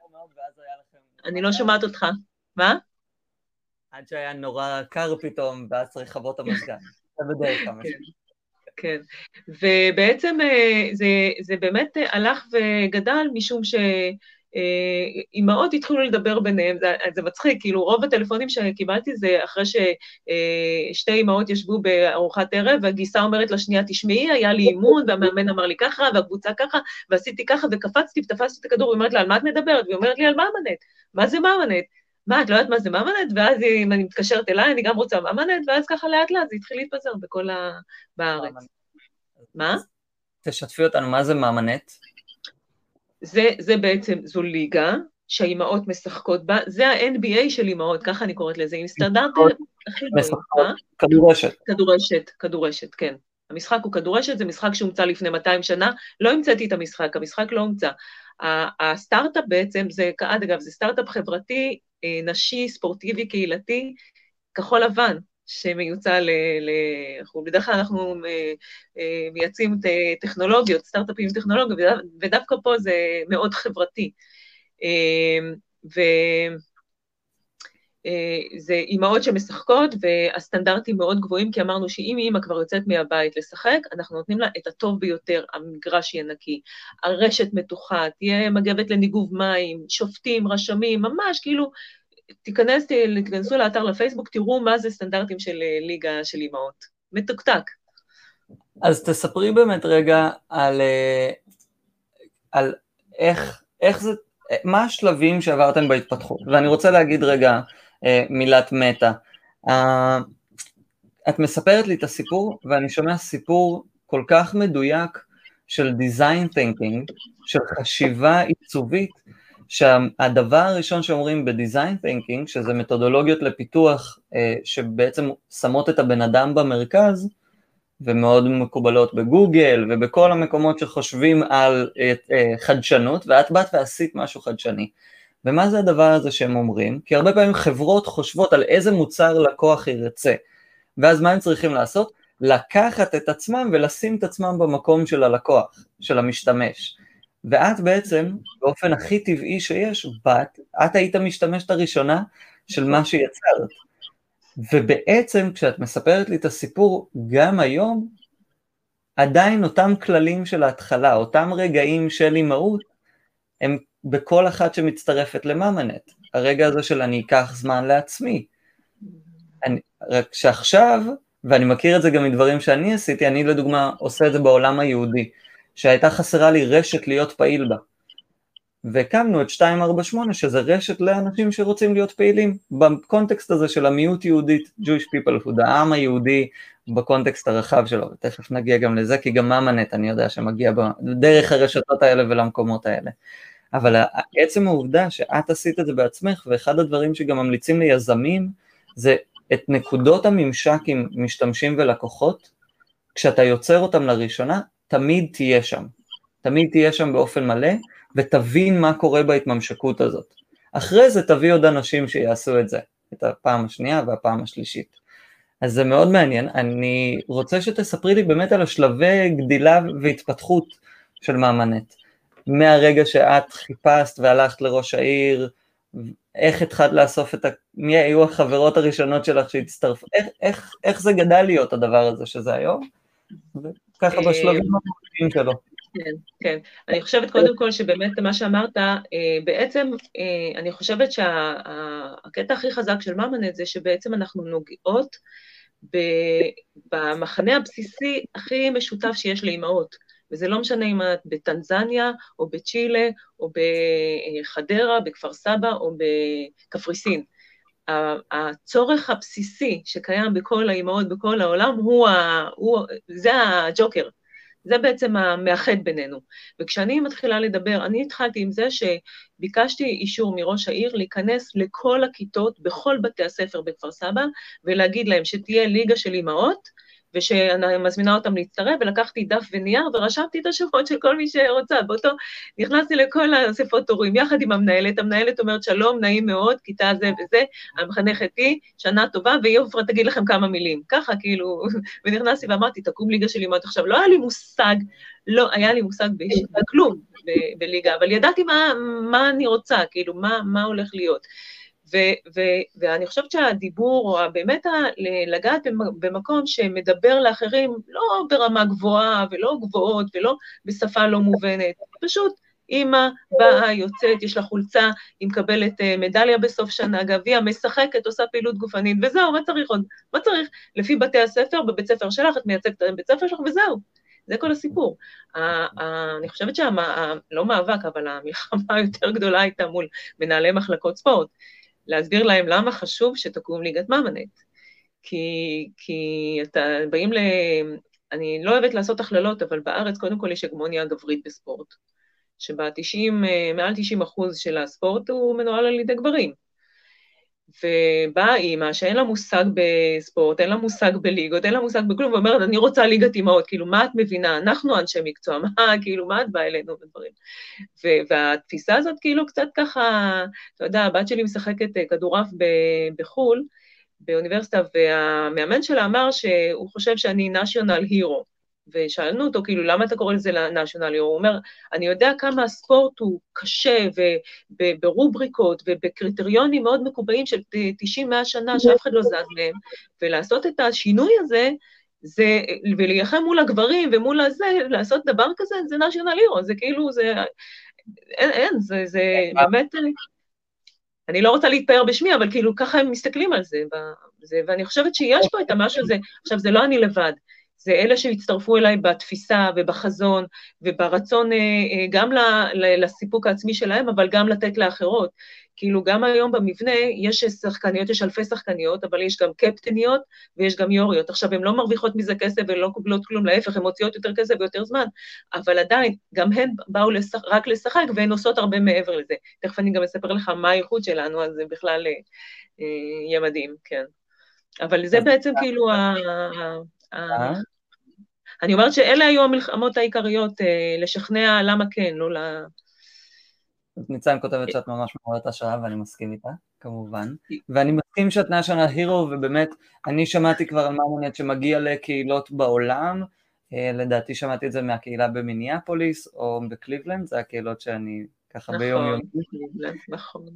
אני לא שומעת אותך, מה? עד שהיה נורא קר פתאום, ואז צריך לכבות המזגן, זה בדרך כלל. כן, ובעצם זה, זה באמת הלך וגדל, משום ש... אימהות התחילו לדבר ביניהם, זה, זה מצחיק, כאילו רוב הטלפונים שקיבלתי זה אחרי ששתי אימהות ישבו בארוחת ערב, והגיסה אומרת לשנייה, תשמעי, היה לי אימון, והמאמן אמר לי ככה, והקבוצה ככה, ועשיתי ככה, וקפצתי, ותפסתי את הכדור, ואומרת לה, על מה את מדברת? והיא אומרת לי, על מאמנת. מה זה מאמנת? מה, את לא יודעת מה זה מאמנת? ואז אם אני מתקשרת אליי, אני גם רוצה מאמנת, ואז ככה לאט לאט, זה התחיל להתפזר בכל ה... בארץ. מה? תשתפי אותנו, מה זה מאמנת? זה, זה בעצם, זו ליגה, שהאימהות משחקות בה, זה ה-אן בי איי של אימהות, ככה אני קוראת לזה, עם סטנדרטים הכי גבוהים. משחקות כדורשת. כדורשת, כדורשת, כן. המשחק הוא כדורשת, זה משחק שהומצא לפני מאתיים שנה, לא המצאתי את המשחק, המשחק לא הומצא. הסטארט-אפ בעצם, זה, אגב, זה סטארט-אפ חברתי, נשי, ספורטיבי, קהילתי, כחול לבן, שמיוצא ל... ל... בדרך כלל אנחנו מייצאים טכנולוגיות, סטארט-אפים טכנולוגיות, ודווקא פה זה מאוד חברתי. וזה אימהות שמשחקות, והסטנדרטים מאוד גבוהים, כי אמרנו שאם אימא כבר יוצאת מהבית לשחק, אנחנו נותנים לה את הטוב ביותר, המגרש יהיה נקי, הרשת מתוחה, תהיה מגבת לניגוב מים, שופטים, רשמים, ממש כאילו, תיכנס, תיכנסו לאתר לפייסבוק, תראו מה זה סטנדרטים של ליגה של אימהות. מתוקתק. אז תספרי באמת רגע על, על איך, איך זה, מה השלבים שעברתם בהתפתחות? ואני רוצה להגיד רגע מילת מטה. את מספרת לי את הסיפור, ואני שומע סיפור כל כך מדויק של design thinking, של חשיבה עיצובית, שהדבר הראשון שאומרים בדיזיין תינקינג, שזה מתודולוגיות לפיתוח שבעצם שמות את הבן אדם במרכז, ומאוד מקובלות בגוגל ובכל המקומות שחושבים על חדשנות, ואת באת ועשית משהו חדשני. ומה זה הדבר הזה שהם אומרים? כי הרבה פעמים חברות חושבות על איזה מוצר לקוח ירצה, ואז מה הם צריכים לעשות? לקחת את עצמם ולשים את עצמם במקום של הלקוח, של המשתמש. ואת בעצם, באופן הכי טבעי שיש, בת, את היית המשתמשת הראשונה של מה שיצרת. ובעצם, כשאת מספרת לי את הסיפור, גם היום, עדיין אותם כללים של ההתחלה, אותם רגעים של אימהות, הם בכל אחת שמצטרפת למאמנת. הרגע הזה של אני אקח זמן לעצמי. אני, רק שעכשיו, ואני מכיר את זה גם מדברים שאני עשיתי, אני לדוגמה עושה את זה בעולם היהודי, שהייתה חסרה לי רשת להיות פעיל בה. והקמנו את שתיים ארבע שמונה, שזה רשת לאנשים שרוצים להיות פעילים, בקונטקסט הזה של המיעוט יהודית, Jewish people, הוא העם היהודי, בקונטקסט הרחב שלו, ותכף נגיע גם לזה, כי גם מאמנת אני יודע שמגיע דרך הרשתות האלה ולמקומות האלה. אבל עצם העובדה שאת עשית את זה בעצמך, ואחד הדברים שגם ממליצים ליזמים, זה את נקודות הממשק עם משתמשים ולקוחות, כשאתה יוצר אותם לראשונה, תמיד תהיה שם, תמיד תהיה שם באופן מלא, ותבין מה קורה בהתממשקות הזאת. אחרי זה תביא עוד אנשים שיעשו את זה, את הפעם השנייה והפעם השלישית. אז זה מאוד מעניין, אני רוצה שתספרי לי באמת על השלבי גדילה והתפתחות של מאמנת, מהרגע שאת חיפשת והלכת לראש העיר, איך התחלת לאסוף את ה... מי היו החברות הראשונות שלך שהצטרפו, איך, איך, איך זה גדל להיות הדבר הזה שזה היום? וככה בשלבים המקומיים שלו. כן, כן. אני חושבת קודם כל שבאמת מה שאמרת, בעצם אני חושבת שהקטע הכי חזק של מאמנת זה שבעצם אנחנו נוגעות במחנה הבסיסי הכי משותף שיש לאימהות, וזה לא משנה אם את בטנזניה או בצ'ילה או בחדרה, בכפר סבא או בקפריסין. הצורך הבסיסי שקיים בכל האימהות בכל העולם הוא, הוא זה הג'וקר. זה בעצם המאחד בינינו. וכשאני מתחילה לדבר, אני התחלתי עם זה שביקשתי אישור מראש העיר להיכנס לכל הכיתות בכל בתי הספר בכפר סבא, ולהגיד להם שתהיה ליגה של אימהות, ושאני מזמינה אותם להצטרף, ולקחתי דף ונייר, ורשמתי את השמות של כל מי שרוצה. באותו, נכנסתי לכל האספות הורים, יחד עם המנהלת, המנהלת אומרת, שלום, נעים מאוד, כיתה זה וזה, המחנכת היא, שנה טובה, והיא עופרה תגיד לכם כמה מילים. ככה, כאילו, ונכנסתי ואמרתי, תקום ליגה של אימהות. עכשיו, לא היה לי מושג, לא היה לי מושג בכלום בליגה, אבל ידעתי מה, מה אני רוצה, כאילו, מה, מה הולך להיות. ו- ו- ואני חושבת שהדיבור, או באמת לגעת במקום שמדבר לאחרים, לא ברמה גבוהה ולא גבוהות ולא בשפה לא מובנת, פשוט אמא באה, יוצאת, יש לה חולצה, היא מקבלת מדליה בסוף שנה, גביע, משחקת, עושה פעילות גופנית, וזהו, מה צריך עוד? מה צריך? לפי בתי הספר, בבית ספר שלך, את מייצגת את בית ספר שלך, וזהו. זה כל הסיפור. אני חושבת שלא מאבק, אבל המלחמה היותר גדולה הייתה מול מנהלי מחלקות ספורט, להסביר להם למה חשוב שתקום ליגת מאמנת. כי, כי אתה באים ל... אני לא אוהבת לעשות הכללות, אבל בארץ קודם כל יש הגמוניה גברית בספורט. שב-תשעים, מעל תשעים אחוז של הספורט הוא מנוהל על ידי גברים. ובאה אימא שאין לה מושג בספורט, אין לה מושג בליגות, אין לה מושג בכלום, ואומרת, אני רוצה ליגת אימהות, כאילו, מה את מבינה? אנחנו אנשי מקצוע, מה, כאילו, מה את באה אלינו בדברים? והתפיסה הזאת, כאילו, קצת ככה, אתה יודע, הבת שלי משחקת כדורעף בחול, באוניברסיטה, והמאמן שלה אמר שהוא חושב שאני national hero, ושאלנו אותו, כאילו, למה אתה קורא לזה national hero? הוא אומר, אני יודע כמה הספורט הוא קשה, וברובריקות, ובקריטריונים מאוד מקובעים של תשעים מאה שנה, שאף אחד לא זז מהם, ולעשות את השינוי הזה, זה, ולהילחם מול הגברים, ומול הזה, לעשות דבר כזה, זה national hero, זה כאילו, זה, אין, אין, זה, זה באמת, אני לא רוצה להתפאר בשמי, אבל כאילו, ככה הם מסתכלים על זה, זה, ואני חושבת שיש פה את המשהו הזה, עכשיו, זה לא אני לבד, זה אלה שהצטרפו אליי בתפיסה ובחזון וברצון גם לסיפוק העצמי שלהם, אבל גם לתת לאחרות. כאילו גם היום במבנה יש שחקניות, יש אלפי שחקניות, אבל יש גם קפטניות ויש גם יוריות. עכשיו, הן לא מרוויחות מזה כסף ולא קובלות כלום, להפך, הן מוציאות יותר כסף ויותר זמן, אבל עדיין, גם הן באו לשח, רק לשחק והן עושות הרבה מעבר לזה. תכף אני גם אספר לך מה הייחוד שלנו, אז זה בכלל יהיה מדהים, כן. אבל זה בעצם כאילו ה... אני אומרת שאלה היו המלחמות העיקריות, לשכנע למה כן, לא ל... ניצן כותבת שאת ממש מעוררת השראה, ואני מסכים איתה, כמובן. ואני מסכים שאת national hero, ובאמת, אני שמעתי כבר על מאמנת שמגיע לקהילות בעולם, לדעתי שמעתי את זה מהקהילה במיניאפוליס, או בקליבלנד, זה הקהילות שאני ככה ביום יום. נכון.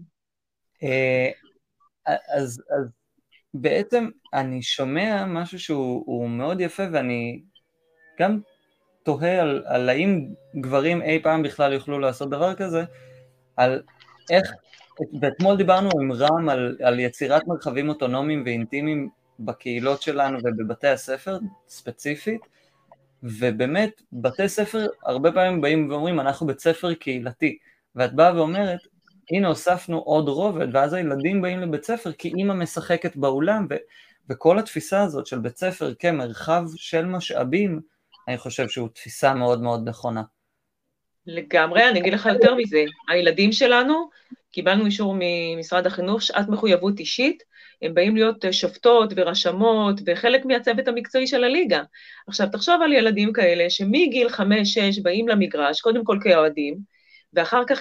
אז בעצם אני שומע משהו שהוא מאוד יפה, ואני גם תוהה על, על האם גברים אי פעם בכלל יוכלו לעשות דבר כזה, על איך, ואתמול דיברנו עם רם על, על יצירת מרחבים אוטונומיים ואינטימיים בקהילות שלנו ובבתי הספר ספציפית, ובאמת בתי ספר הרבה פעמים באים ואומרים, אנחנו בית ספר קהילתי, ואת באה ואומרת, הנה הוספנו עוד רובד, ואז הילדים באים לבית ספר כי אמא משחקת באולם, ו, וכל התפיסה הזאת של בית ספר כמרחב של משאבים, אני חושב שהוא תפיסה מאוד מאוד נכונה. לגמרי, אני אגיד לך יותר מזה, הילדים שלנו, קיבלנו אישור ממשרד החינוך, שעת מחויבות אישית, הם באים להיות שופטות ורשמות, וחלק מהצוות המקצועי של הליגה. עכשיו, תחשוב על ילדים כאלה, שמגיל חמש שש באים למגרש, קודם כל כאוהדים, ואחר כך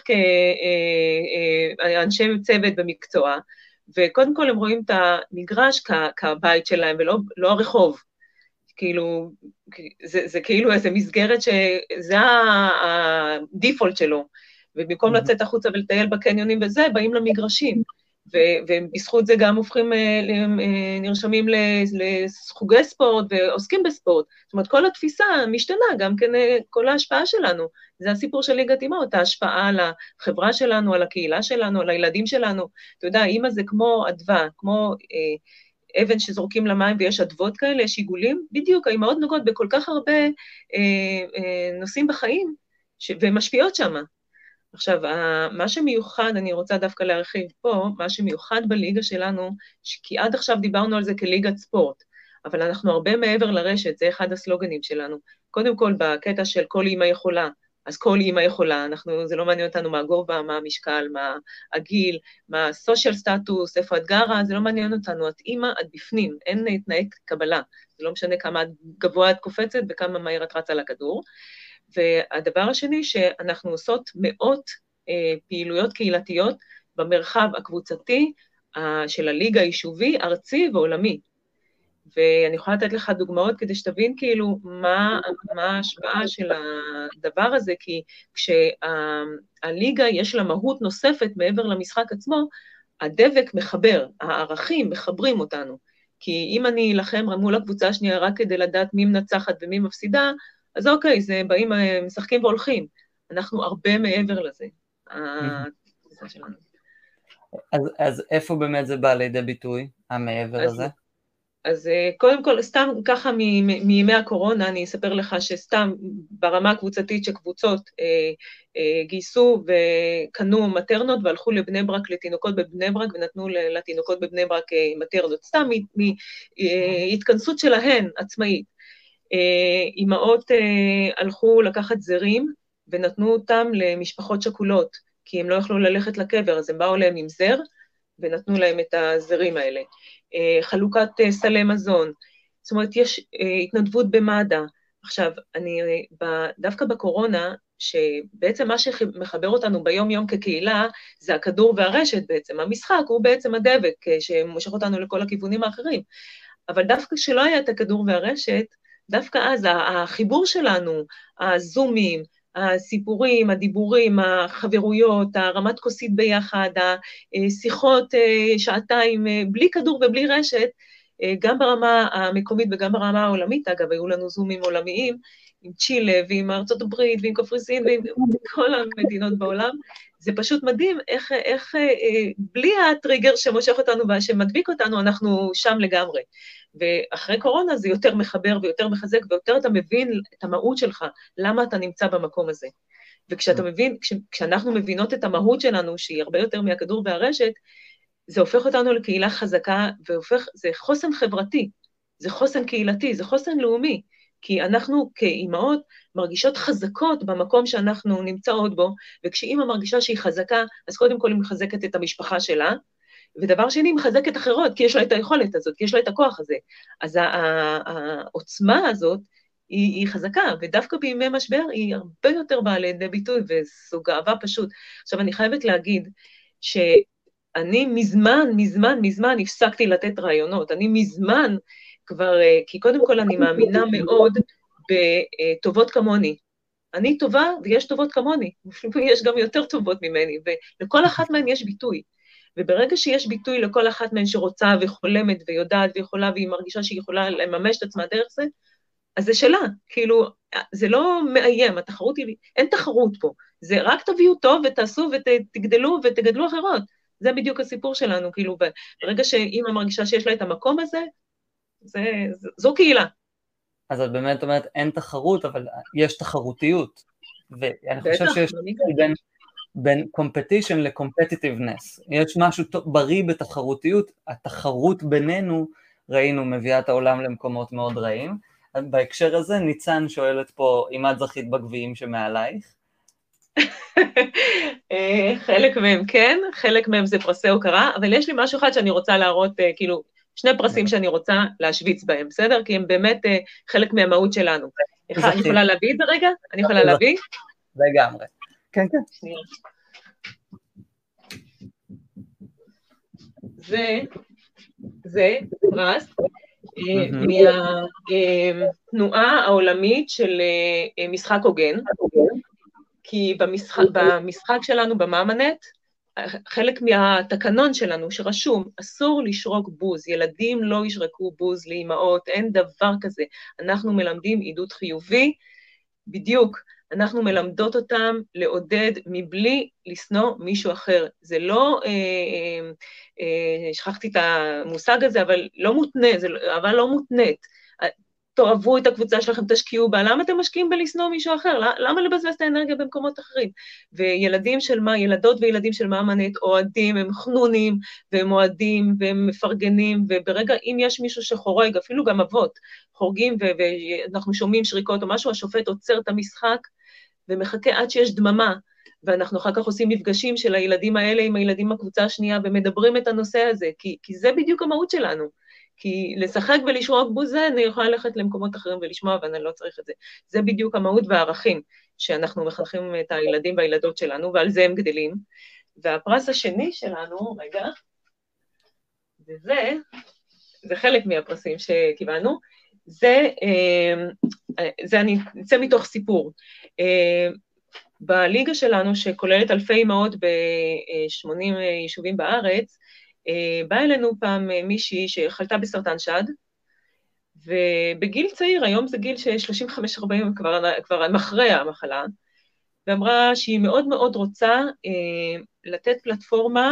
כאנשי צוות במקצוע, וקודם כל הם רואים את המגרש כבית שלהם, ולא לא הרחוב. כאילו, זה, זה כאילו איזו מסגרת שזה הדיפולט שלו, ובמקום לצאת החוצה ולטייל בקניונים וזה, באים למגרשים, ובזכות זה גם הופכים, נרשמים לסחוגי ספורט ועוסקים בספורט, זאת אומרת, כל התפיסה משתנה, גם כן כל ההשפעה שלנו, זה הסיפור של ליגת אימהות, ההשפעה על החברה שלנו, על הקהילה שלנו, על הילדים שלנו, אתה יודע, אימא זה כמו אדווה, כמו אבן שזורקים למים ויש אדוות כאלה, יש עיגולים, בדיוק, האימהות נוגעות בכל כך הרבה אה, אה, נושאים בחיים, ש... ומשפיעות שמה. עכשיו, מה שמיוחד, אני רוצה דווקא להרחיב פה, מה שמיוחד בליגה שלנו, כי עד עכשיו דיברנו על זה כליגת ספורט, אבל אנחנו הרבה מעבר לרשת, זה אחד הסלוגנים שלנו. קודם כל, בקטע של כל אימא יכולה, אז כל אימא יכולה, אנחנו, זה לא מעניין אותנו מה הגובה, מה המשקל, מה הגיל, מה הסושיאל סטטוס, איפה את גרה, זה לא מעניין אותנו, את אימא, את בפנים, אין תנאי קבלה, זה לא משנה כמה גבוה את קופצת וכמה מהר את רצה לכדור, והדבר השני שאנחנו עושות מאות אה, פעילויות קהילתיות במרחב הקבוצתי אה, של הליגה היישובי, ארצי ועולמי, ואני יכולה לתת לך דוגמאות כדי שתבין כאילו מה, מה ההשפעה של הדבר הזה, כי כשהליגה יש לה מהות נוספת מעבר למשחק עצמו, הדבק מחבר, הערכים מחברים אותנו, כי אם אני אלחם מול הקבוצה השנייה רק כדי לדעת מי מנצחת ומי מפסידה, אז אוקיי, זה באים, משחקים והולכים, אנחנו הרבה מעבר לזה, התפיסה שלנו. אז, אז איפה באמת זה בא לידי ביטוי, המעבר אז, הזה? אז קודם כל, סתם ככה מימי הקורונה, אני אספר לך שסתם ברמה הקבוצתית שקבוצות אה, אה, גייסו וקנו מטרנות והלכו לבני ברק, לתינוקות בבני ברק, ונתנו לתינוקות בבני ברק מטרנות, סתם מהתכנסות שלהן עצמאית. אה, אמהות אה, הלכו לקחת זרים, ונתנו אותם למשפחות שכולות, כי הם לא יכלו ללכת לקבר, אז הם באו להם עם זר, ונתנו להם את הזרים האלה. חלוקת סלי מזון, זאת אומרת, יש התנדבות במד"א. עכשיו, אני, דווקא בקורונה, שבעצם מה שמחבר אותנו ביום יום כקהילה, זה הכדור והרשת בעצם. המשחק הוא בעצם הדבק, שמושך אותנו לכל הכיוונים האחרים. אבל דווקא כשלא היה את הכדור והרשת, דווקא אז החיבור שלנו, הזומים, הסיפורים, הדיבורים, החברויות, הרמת כוסית ביחד, השיחות שעתיים בלי כדור ובלי רשת, גם ברמה המקומית וגם ברמה העולמית, אגב, היו לנו זומים עולמיים, עם צ'ילה ועם ארצות הברית ועם קפריסין ועם כל המדינות בעולם, זה פשוט מדהים איך, איך בלי הטריגר שמושך אותנו ושמדביק אותנו, אנחנו שם לגמרי. ואחרי קורונה זה יותר מחבר ויותר מחזק, ויותר אתה מבין את המהות שלך, למה אתה נמצא במקום הזה. וכשאתה מבין, כש, כשאנחנו מבינות את המהות שלנו, שהיא הרבה יותר מהכדור והרשת, זה הופך אותנו לקהילה חזקה, והופך, זה חוסן חברתי, זה חוסן קהילתי, זה חוסן לאומי, כי אנחנו כאימהות מרגישות חזקות במקום שאנחנו נמצאות בו, וכשאימא מרגישה שהיא חזקה, אז קודם כל היא מחזקת את המשפחה שלה, ודבר שני, מחזקת אחרות, כי יש לה את היכולת הזאת, כי יש לה את הכוח הזה. אז העוצמה הזאת היא, היא חזקה, ודווקא בימי משבר היא הרבה יותר באה לידי ביטוי, וזו גאווה פשוט. עכשיו, אני חייבת להגיד שאני מזמן, מזמן, מזמן הפסקתי לתת רעיונות. אני מזמן כבר, כי קודם כל אני מאמינה מאוד בטובות כמוני. אני טובה ויש טובות כמוני, יש גם יותר טובות ממני, ולכל אחת מהן יש ביטוי. וברגע שיש ביטוי לכל אחת מהן שרוצה וחולמת ויודעת ויכולה, והיא מרגישה שהיא יכולה לממש את עצמה דרך זה, אז זה שלה, כאילו, זה לא מאיים, התחרות היא, אין תחרות פה, זה רק תביאו טוב ותעשו ותגדלו ותגדלו אחרות, זה בדיוק הסיפור שלנו, כאילו, ברגע שאמא מרגישה שיש לה את המקום הזה, זה, זו קהילה. אז את באמת אומרת, אין תחרות, אבל יש תחרותיות, ואני חושב שיש בין... בין competition ל-competitiveness. יש משהו בריא בתחרותיות, התחרות בינינו, ראינו, מביאה את העולם למקומות מאוד רעים. בהקשר הזה, ניצן שואלת פה, אם את זכית בגביעים שמעלייך? חלק מהם כן, חלק מהם זה פרסי הוקרה, אבל יש לי משהו אחד שאני רוצה להראות, כאילו, שני פרסים שאני רוצה להשוויץ בהם, בסדר? כי הם באמת חלק מהמהות שלנו. אני יכולה להביא את זה רגע? אני יכולה להביא? לגמרי. כן, כן. שנייה. זה, זה פרס מהתנועה העולמית של משחק הוגן, כי במשחק, במשחק שלנו במאמנת, חלק מהתקנון שלנו שרשום, אסור לשרוק בוז, ילדים לא ישרקו בוז לאמהות, אין דבר כזה. אנחנו מלמדים עידוד חיובי, בדיוק, אנחנו מלמדות אותם לעודד מבלי לשנוא מישהו אחר. זה לא, אה, אה, אה, שכחתי את המושג הזה, אבל לא מותנה, זה, אבל לא מותנית. תאהבו את הקבוצה שלכם, תשקיעו בה, למה אתם משקיעים בלשנוא מישהו אחר? למה לבזבז את האנרגיה במקומות אחרים? וילדים של מה, ילדות וילדים של מאמנת אוהדים, הם חנונים, והם אוהדים, והם מפרגנים, וברגע, אם יש מישהו שחורג, אפילו גם אבות, חורגים, ואנחנו שומעים שריקות או משהו, השופט עוצר את המשחק, ומחכה עד שיש דממה, ואנחנו אחר כך עושים מפגשים של הילדים האלה עם הילדים בקבוצה השנייה, ומדברים את הנושא הזה, כי, כי זה בדיוק המהות שלנו. כי לשחק ולשרוק בוזה, אני יכולה ללכת למקומות אחרים ולשמוע, ואני לא צריך את זה. זה בדיוק המהות והערכים שאנחנו מחנכים את הילדים והילדות שלנו, ועל זה הם גדלים. והפרס השני שלנו, רגע, וזה, זה חלק מהפרסים שקיבלנו, זה, זה אני נצא מתוך סיפור. בליגה שלנו, שכוללת אלפי אמהות ב-שמונים יישובים בארץ, באה אלינו פעם מישהי שחלתה בסרטן שד, ובגיל צעיר, היום זה גיל ש-שלושים וחמש ארבעים כבר, כבר אחרי המחלה, ואמרה שהיא מאוד מאוד רוצה אה, לתת פלטפורמה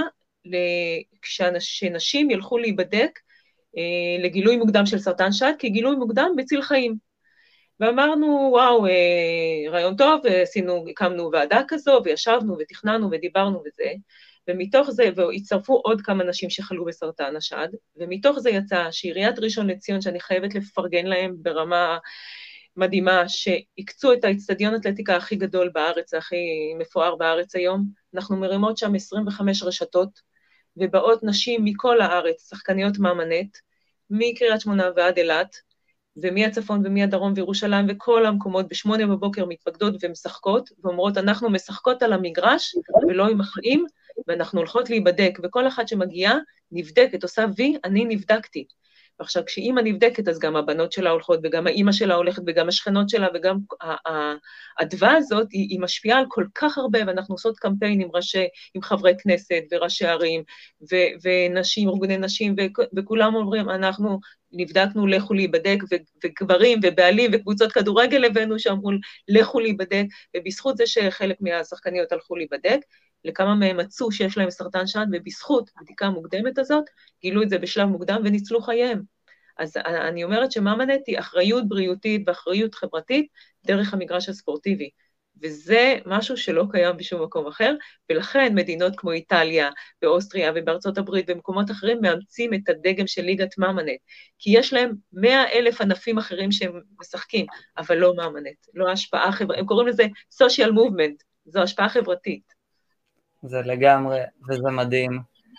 כשנשים ילכו להיבדק אה, לגילוי מוקדם של סרטן שד, כי גילוי מוקדם מציל חיים. ואמרנו, וואו, אה, רעיון טוב, ועשינו, הקמנו ועדה כזו, וישבנו ותכננו ודיברנו וזה, ומתוך זה, והצטרפו עוד כמה נשים שחלו בסרטן השד, ומתוך זה יצא שעיריית ראשון לציון, שאני חייבת לפרגן להם ברמה מדהימה, שהקצו את האצטדיון אתלטיקה הכי גדול בארץ, הכי מפואר בארץ היום, אנחנו מרימות שם עשרים וחמש רשתות, ובאות נשים מכל הארץ, שחקניות מאמנת, מקריית שמונה ועד אילת, ומהצפון ומהדרום וירושלים, וכל המקומות בשמונה בבוקר מתפקדות ומשחקות, ואומרות, אנחנו משחקות על המגרש, ולא עם החיים, ואנחנו הולכות להיבדק, וכל אחת שמגיעה, נבדקת, עושה וי, אני נבדקתי. ועכשיו, כשאימא נבדקת, אז גם הבנות שלה הולכות, וגם האימא שלה הולכת, וגם השכנות שלה, וגם הדווה הזאת, היא, היא משפיעה על כל כך הרבה, ואנחנו עושות קמפיין עם ראשי, עם חברי כנסת, וראשי ערים, ו, ונשים, ארגוני נשים, ו, וכולם אומרים, אנחנו נבדקנו, לכו להיבדק, ו, וגברים, ובעלים, וקבוצות כדורגל הבאנו, שאמרו, לכו להיבדק, ובזכות זה שחלק מהשחקניות הלכו להיבדק, לכמה מהם מצאו שיש להם סרטן שד, ובזכות בדיקה מוקדמת הזאת, גילו את זה בשלב מוקדם וניצלו חייהם. אז אני אומרת שמאמנת היא אחריות בריאותית ואחריות חברתית דרך המגרש הספורטיבי, וזה משהו שלא קיים בשום מקום אחר, ולכן מדינות כמו איטליה ואוסטריה ובארצות הברית ומקומות אחרים מאמצים את הדגם של ליגת מאמנת, כי יש להם מאה אלף ענפים אחרים שהם משחקים, אבל לא מאמנת, לא השפעה חברתית, הם קוראים לזה social movement, זו השפעה חברתית. זה לגמרי, וזה מדהים.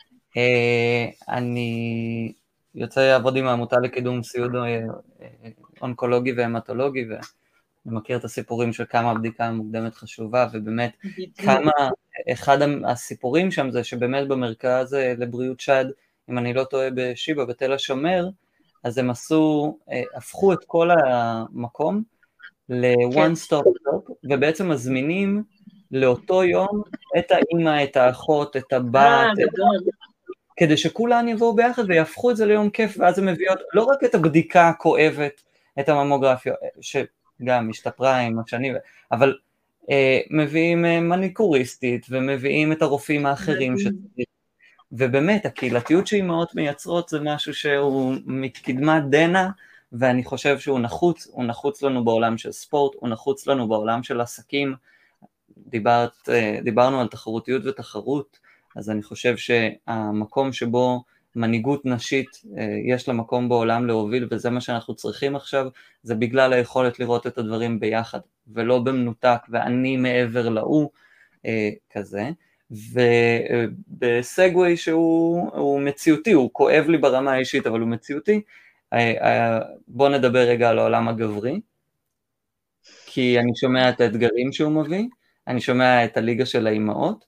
אני יוצא לעבוד עם העמותה לקידום סיעוד אונקולוגי והמטולוגי, ואני מכיר את הסיפורים של כמה הבדיקה המוקדמת חשובה, ובאמת כמה, אחד הסיפורים שם זה שבאמת במרכז לבריאות שד, אם אני לא טועה בשיבא, בתל השומר, אז הם עשו, הפכו את כל המקום ל-one stop shop, ובעצם מזמינים לאותו יום את האמא, את האחות, את הבת, כדי שכולן יבואו ביחד ויהפכו את זה ליום כיף, ואז הם מביאות לא רק את הבדיקה הכואבת, את הממוגרפיה, שגם השתפרה עם השנים, אבל אה, מביאים מניקוריסטית, ומביאים את הרופאים האחרים שצריך, ובאמת הקהילתיות שאימהות מייצרות זה משהו שהוא מקדמת דנה, ואני חושב שהוא נחוץ, הוא נחוץ לנו בעולם של ספורט, הוא נחוץ לנו בעולם של עסקים, דיברת, דיברנו על תחרותיות ותחרות, אז אני חושב שהמקום שבו מנהיגות נשית יש לה מקום בעולם להוביל, וזה מה שאנחנו צריכים עכשיו, זה בגלל היכולת לראות את הדברים ביחד, ולא במנותק, ואני מעבר להוא כזה, ובסגווי שהוא מציאותי, הוא כואב לי ברמה האישית, אבל הוא מציאותי, בוא נדבר רגע על העולם הגברי, כי אני שומע את האתגרים שהוא מביא, אני שומע את הליגה של האימהות,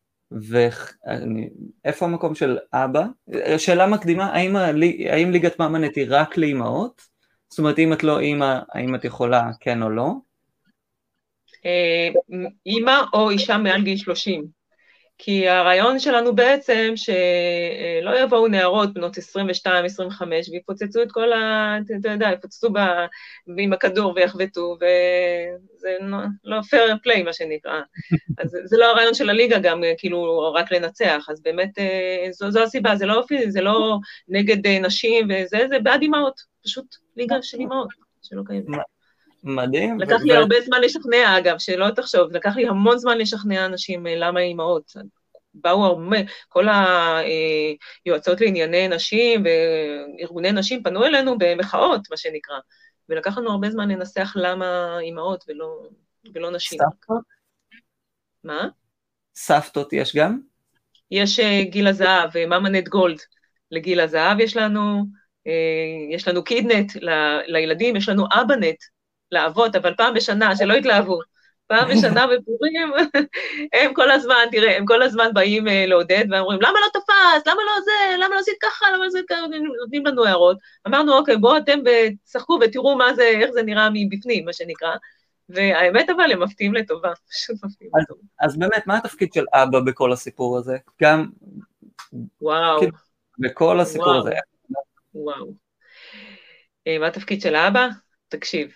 ואיפה המקום של אבא? שאלה מקדימה, האם, האם ליגת מאמנת היא רק לאימהות? זאת אומרת, אם את לא אימא, האם את יכולה כן או לא? אימא או אישה מעל גיל שלושים. כי הרעיון שלנו בעצם שלא יבואו נערות בנות עשרים ושתיים עשרים וחמש ויפוצצו את כל ה... אתה יודע, יפוצצו עם הכדור ויחבטו, וזה לא fair play מה שנקרא. אז זה לא הרעיון של הליגה גם, כאילו, רק לנצח. אז באמת, זו, זו הסיבה, זה לא, זה לא נגד נשים וזה, זה בעד אימהות, פשוט ליגה של אימהות, שלא קיימת. מדהים. לקח לי הרבה זמן לשכנע, אגב, שלא תחשוב, לקח לי המון זמן לשכנע אנשים למה אימהות. באו הרבה, כל היועצות לענייני נשים וארגוני נשים פנו אלינו במחאות, מה שנקרא, ולקח לנו הרבה זמן לנסח למה אימהות ולא, ולא נשים. סבתות? מה? סבתות יש גם? יש גיל הזהב, מאמנת גולד לגיל הזהב יש לנו, יש לנו קידנט ל, לילדים, יש לנו אבנט, לאבות, אבל פעם בשנה, שלא התלהבו, פעם בשנה בפורים, הם כל הזמן, תראה, הם כל הזמן באים לעודד, ואומרים, למה לא תפס, למה לא זה, למה לא עשית ככה, למה לא עשית ככה, נותנים לנו הערות, אמרנו, אוקיי, בואו אתם תשחקו ותראו מה זה, איך זה נראה מבפנים, מה שנקרא, והאמת אבל הם מפתיעים לטובה, פשוט מפתיעים לטובה. אז באמת, מה התפקיד של אבא בכל הסיפור הזה? גם... וואו. בכל הסיפור הזה. וואו. מה התפקיד של האבא? תקשיב.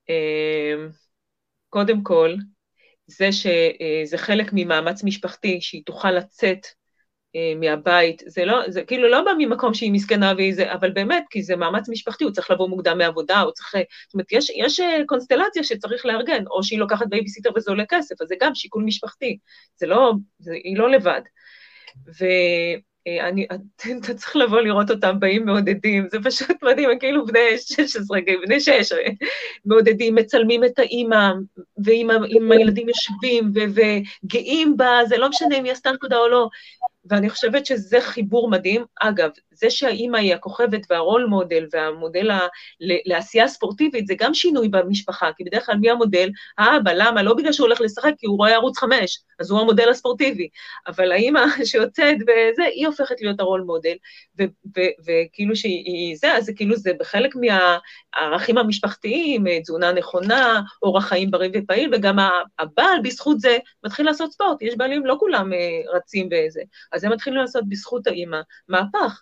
קודם כל, זה שזה חלק ממאמץ משפחתי, שהיא תוכל לצאת מהבית, זה לא, זה כאילו לא בא ממקום שהיא מסכנה וזה, אבל באמת, כי זה מאמץ משפחתי, הוא צריך לבוא מוקדם מעבודה, הוא צריך, זאת אומרת, יש, יש קונסטלציה שצריך לארגן, או שהיא לוקחת בייביסיטר וזה עולה כסף, אז זה גם שיקול משפחתי, זה לא, זה, היא לא לבד. אני, אתה צריך לבוא לראות אותם, באים מעודדים, זה פשוט מדהים, הם כאילו בני שש עשרה, בני שש, מעודדים, מצלמים את האימא, ועם הילדים יושבים, וגאים בה, זה לא משנה אם היא עשתה נקודה או לא, ואני חושבת שזה חיבור מדהים. אגב, זה שהאימא היא הכוכבת והרול מודל, והמודל ה- ל- לעשייה ספורטיבית, זה גם שינוי במשפחה, כי בדרך כלל מי המודל? האבא, למה? לא בגלל שהוא הולך לשחק, כי הוא רואה ערוץ חמש, אז הוא המודל הספורטיבי. אבל האימא שיוצאת וזה, היא הופכת להיות הרול מודל, וכאילו שהיא זה, אז זה כאילו זה בחלק מהערכים המשפחתיים, תזונה נכונה, אורח חיים בריא ופעיל, וגם הבעל בזכות זה מתחיל לעשות ספורט, יש בעלים, לא כולם רצים וזה, אז הם מתחילים לעשות בזכות האימא מהפך,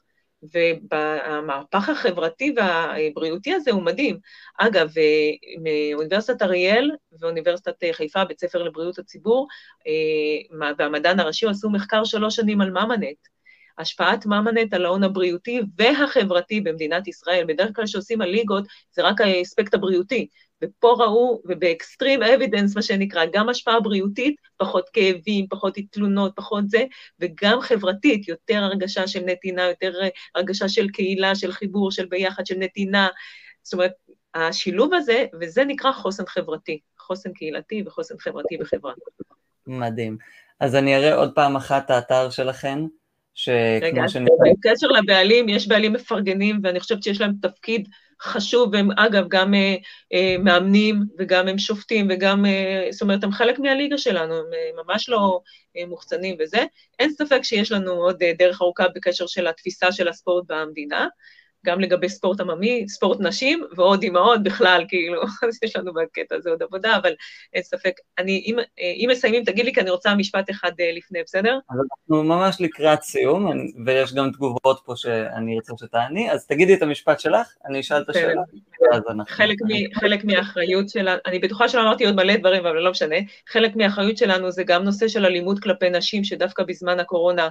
והמהפך החברתי והבריאותי הזה הוא מדהים. אגב, מאוניברסיטת אריאל ואוניברסיטת חיפה, בית ספר לבריאות הציבור, והמדען הראשי עשו מחקר שלוש שנים על ממנט, השפעת ממנט על ההון הבריאותי והחברתי במדינת ישראל. בדרך כלל שעושים הליגות, זה רק האספקט הבריאותי, ופה ראו, ובאקסטרים אבידנס, מה שנקרא, גם השפעה בריאותית, פחות כאבים, פחות תלונות, פחות זה, וגם חברתית, יותר הרגשה של נתינה, יותר הרגשה של קהילה, של חיבור, של ביחד, של נתינה. זאת אומרת, השילוב הזה, וזה נקרא חוסן חברתי, חוסן קהילתי וחוסן חברתי בחברה. מדהים. אז אני אראה עוד פעם אחת האתר שלכם, רגע, בקשר לבעלים, יש בעלים מפרגנים, ואני חושבת שיש להם תפקיד חשוב, והם אגב גם אה, אה, מאמנים, וגם הם שופטים, וגם, אה, זאת אומרת, הם חלק מהליגה שלנו, הם אה, ממש לא אה, מוחצנים וזה. אין ספק שיש לנו עוד אה, דרך ארוכה בקשר של התפיסה של הספורט במדינה, גם לגבי ספורט עממי, ספורט נשים, ועוד אימהות בכלל, כאילו, אז יש לנו בקטע הזה עוד עבודה, אבל אין ספק. אני, אם, אם מסיימים, תגיד לי, כי אני רוצה משפט אחד לפני, בסדר? אז אנחנו ממש לקראת סיום, ויש גם תגובות פה שאני ארצה שתעני, אז תגידי את המשפט שלך, אני אשאל את השאלה. חלק, מ, חלק מהאחריות שלנו, אני בטוחה שלא אמרתי עוד מלא דברים, אבל לא משנה, חלק מהאחריות שלנו זה גם נושא של אלימות כלפי נשים, שדווקא בזמן הקורונה אה,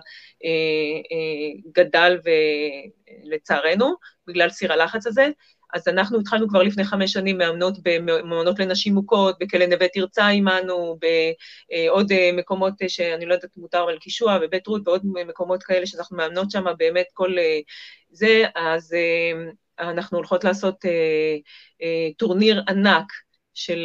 אה, גדל ולצערנו, בגלל סיר הלחץ הזה, אז אנחנו התחלנו כבר לפני חמש שנים מאמנות במעונות לנשים מוכות, בכלא נווה תרצה עימנו, בעוד מקומות שאני לא יודעת מותר, אבל קישוע ובית רות, ועוד מקומות כאלה שאנחנו מאמנות שם באמת כל זה, אז אנחנו הולכות לעשות טורניר ענק, של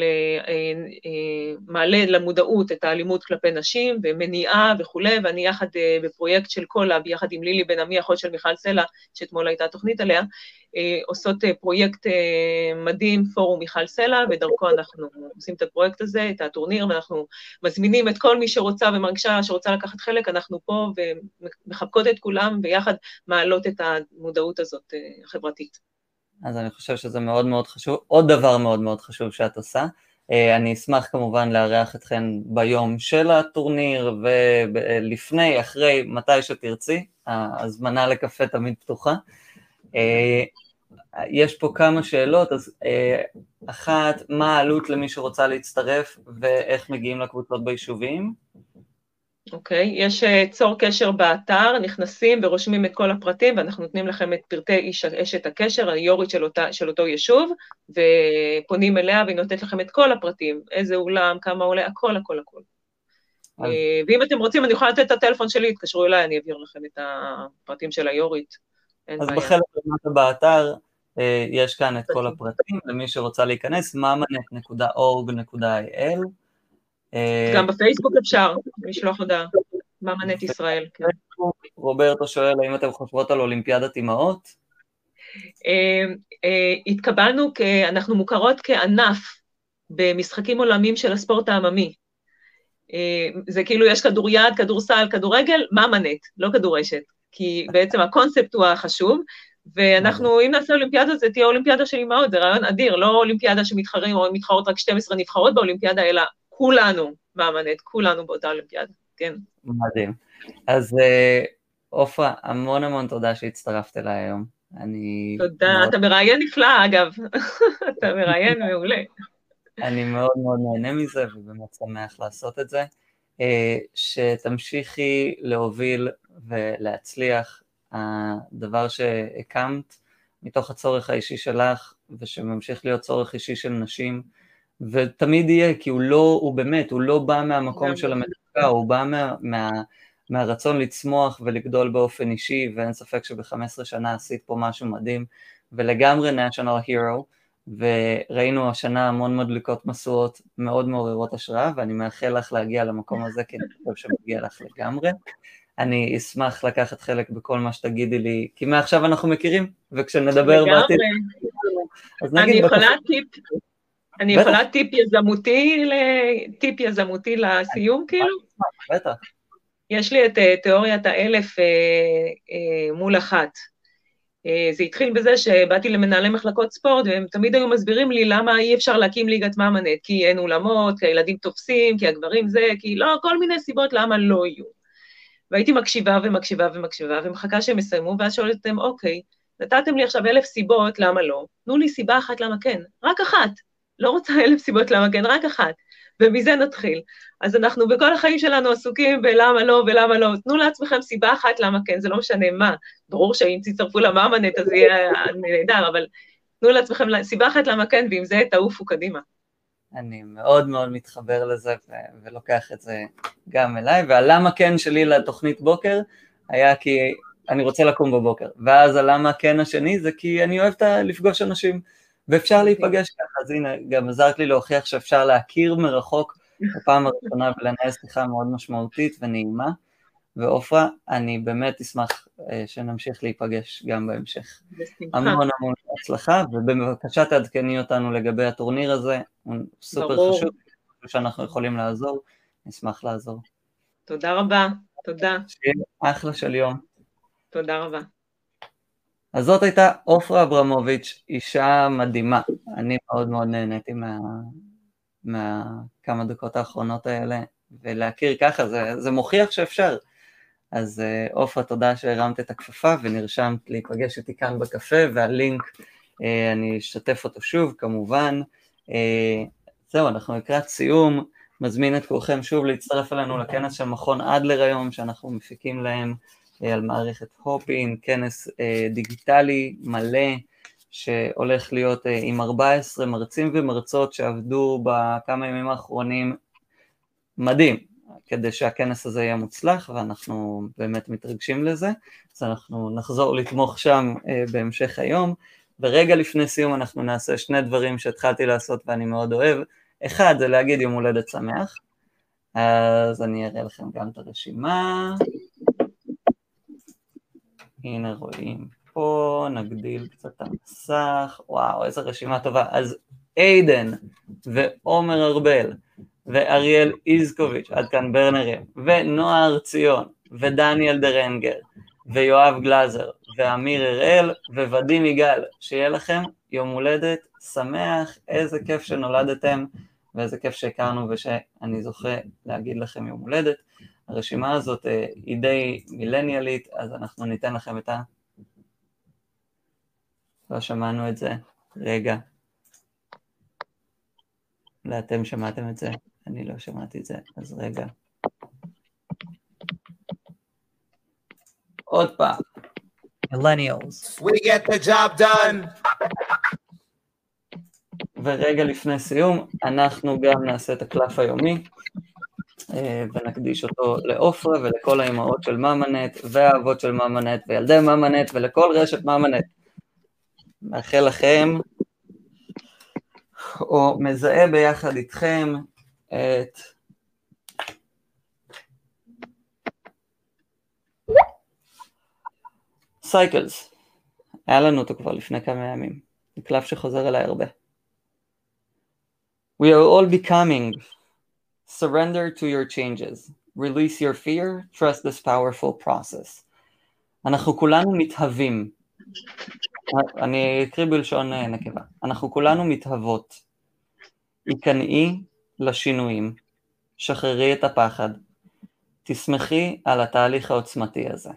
מעלה למודעות את האלימות כלפי נשים, ומניעה וכו', ואני יחד בפרויקט של קולאב, יחד עם לילי בן עמי, אחות של מיכל סלע, שאתמול הייתה תוכנית עליה, עושות פרויקט מדהים, פורום מיכל סלע, ודרכו אנחנו עושים את הפרויקט הזה, את הטורניר, ואנחנו מזמינים את כל מי שרוצה ומרגישה שרוצה לקחת חלק, אנחנו פה ומחבקות את כולם, ויחד מעלות את המודעות הזאת החברתית. אז אני חושב שזה מאוד מאוד חשוב. עוד דבר מאוד מאוד חשוב שאת עושה, אני אשמח כמובן לארח אתכן ביום של הטורניר, ולפני, אחרי, מתי שתרצי, ההזמנה לקפה תמיד פתוחה. יש פה כמה שאלות, אז אחת, מה העלות למי שרוצה להצטרף, ואיך מגיעים לקבוצות ביישובים? אוקיי, okay. יש uh, צור קשר באתר, נכנסים ורושמים את כל הפרטים, ואנחנו נותנים לכם את פרטי איש, אשת הקשר, היורית של, אותה, של אותו יישוב, ופונים אליה והיא נותנת לכם את כל הפרטים, איזה אולם, כמה עולה, הכל, הכל, הכל. אז... Uh, ואם אתם רוצים, אני יכולה לתת את הטלפון שלי, תקשרו אליי, אני אעביר לכם את הפרטים של היורית. אז בעיה. בחלק למטה באתר, uh, יש כאן את כל הפרטים, למי שרוצה להיכנס, ממנט נקודה אורג נקודה איי אל, גם בפייסבוק אפשר, לשלוח הודעה, ממנט ישראל. רוברטו שואל, האם אתם חושבות על אולימפיאדת אימהות? התקבלנו, אנחנו מוכרות כענף במשחקים עולמיים של הספורט העממי. זה כאילו יש כדוריד, כדורסל, כדורגל, ממנט, לא כדורשת, כי בעצם הקונספט הוא החשוב, ואנחנו, אם נעשה אולימפיאדה, זה תהיה אולימפיאדה של אימהות, זה רעיון אדיר, לא אולימפיאדה שמתחרים או מתחרות רק שתים עשרה נבחרות באולימפיאדה, אלא כולנו, ממנט, כולנו באותה אולימפיאדה, כן. מדהים. אז אופרה, המון המון תודה שהצטרפת אליי היום. אני... תודה, מאוד... אתה מראיין נפלא, אגב. אתה מראיין מעולה. אני מאוד מאוד נהנה מזה, ובאמת שמח לעשות את זה. שתמשיכי להוביל ולהצליח הדבר שהקמת מתוך הצורך האישי שלך, ושממשיך להיות צורך אישי של נשים, ותמיד יהיה, כי הוא לא, הוא באמת, הוא לא בא מהמקום של המדקה, הוא בא מה, מה, מהרצון לצמוח ולגדול באופן אישי, ואין ספק שב-חמש עשרה שנה עשית פה משהו מדהים, ולגמרי national hero, וראינו השנה המון מדליקות משואות מאוד מעוררות השראה, ואני מאחל לך להגיע למקום הזה, כי אני חושב שמגיע לך לגמרי. אני אשמח לקחת חלק בכל מה שתגידי לי, כי מעכשיו אנחנו מכירים, וכשנדבר בעתיד, אז נגיד... אני יכולה טיפ, אני יכולה טיפ יזמותי, טיפ יזמותי לסיום, כאילו? בטח. יש לי את תיאוריית האלף מול אחת. זה התחיל בזה שבאתי למנהלי מחלקות ספורט, והם תמיד היו מסבירים לי למה אי אפשר להקים ליגת מאמנת, כי אין אולמות, כי הילדים תופסים, כי הגברים זה, כי לא, כל מיני סיבות למה לא יהיו. והייתי מקשיבה ומקשיבה ומקשיבה, ומחכה שהם יסיימו, ואז שואלת אותם, אוקיי, נתתם לי עכשיו אלף סיבות למה לא, תנו לי סיבה אחת למה כן, רק אחת, לא רוצה אלף סיבות למה כן, רק אחת, ומזה נתחיל. אז אנחנו בכל החיים שלנו עסוקים בלמה לא ולמה לא, תנו לעצמכם סיבה אחת למה כן, זה לא משנה מה, ברור שאם תצטרפו למאמנת אז יהיה נהדר, אבל תנו לעצמכם סיבה אחת למה כן, ועם זה תעופו קדימה. אני מאוד מאוד מתחבר לזה ו- ולוקח את זה גם אליי, והלמה כן שלי לתוכנית בוקר היה כי אני רוצה לקום בבוקר, ואז הלמה כן השני זה כי אני אוהב לפגוש אנשים, ואפשר להיפגש ככה, אז הנה, גם עזרת לי להוכיח שאפשר להכיר מרחוק בפעם הראשונה ולנהל שיחה מאוד משמעותית ונעימה, ואופרה, אני באמת אשמח שנמשיך להיפגש גם בהמשך. המון המון הצלחה, ובבקשה תעדכני אותנו לגבי הטורניר הזה, הוא סופר חשוב, שאנחנו יכולים לעזור, נשמח לעזור. תודה רבה, תודה. שיהיה אחלה של יום. תודה רבה. אז זאת הייתה אופרה אברמוביץ', אישה מדהימה, אני מאוד מאוד נהניתי מה... מהכמה דקות האחרונות האלה, ולהכיר ככה, זה, זה מוכיח שאפשר. אז אופרה, תודה שהרמת את הכפפה ונרשמת להיפגש איתי כאן בקפה, והלינק, אני אשתף אותו שוב, כמובן. זהו, אנחנו לקראת סיום, מזמין את כולכם שוב להצטרף אלינו לכנס של מכון אדלר היום, שאנחנו מפיקים להם על מערכת הופין, כנס דיגיטלי מלא, שהולך להיות עם ארבעה עשר מרצים ומרצות שעבדו בכמה ימים האחרונים מדהים, כדי שהכנס הזה יהיה מוצלח, ואנחנו באמת מתרגשים לזה, אז אנחנו נחזור לתמוך שם בהמשך היום, ורגע לפני סיום אנחנו נעשה שני דברים שהתחלתי לעשות ואני מאוד אוהב, אחד זה להגיד יום הולדת שמח, אז אני אראה לכם גם את הרשימה, הנה רואים פה, נגדיל קצת את המסך, וואו איזה רשימה טובה, אז איידן ועומר ארבל ואריאל איזקוביץ', עד כאן ברנרים, ונועה ארציון ודניאל דרנגר ויואב גלזר ואמיר הראל וודים יגאל, שיהיה לכם יום הולדת שמח, איזה כיף שנולדתם ואיזה כיף שהכרנו ושאני זוכה להגיד לכם יום הולדת. הרשימה הזאת היא די מילניאלית, אז אנחנו ניתן לכם את ה... לא שמענו את זה, רגע. לא, אתם שמעתם את זה, אני לא שמעתי את זה, אז רגע. עוד פעם. Millennials. We get the job done. ורגע לפני סיום, אנחנו גם נעשה את הקלף היומי, ונקדיש אותו לאופרה ולכל האימהות של מאמנט, והאבות של מאמנט, וילדי מאמנט, ולכל רשת מאמנט. מאחל לכם, או מזהה ביחד איתכם, את סייקלס. היה לנו אותו כבר לפני כמה ימים. זה קלף שחוזר אליי הרבה. We are all becoming. Surrender to your changes. Release your fear. Trust this powerful process. אנחנו כולנו מתהווים. אני אקריא בלשון נקבה. אנחנו כולנו מתהוות. היכנעי לשינויים. שחררי את הפחד. תשמחי על התהליך העוצמתי הזה.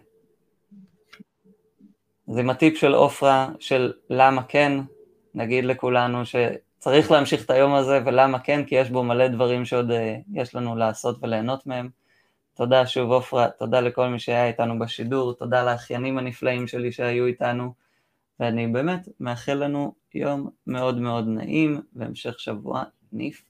זה מטיפ של אופרה של למה כן. נגיד לכולנו שצריך להמשיך את היום הזה, ולמה כן? כי יש בו מלא דברים שעוד יש לנו לעשות וליהנות מהם. תודה שוב אופרה, תודה לכל מי שהיה איתנו בשידור, תודה לאחיינים הנפלאים שלי שהיו איתנו, ואני באמת מאחל לנו יום מאוד מאוד נעים, והמשך שבוע נפלא.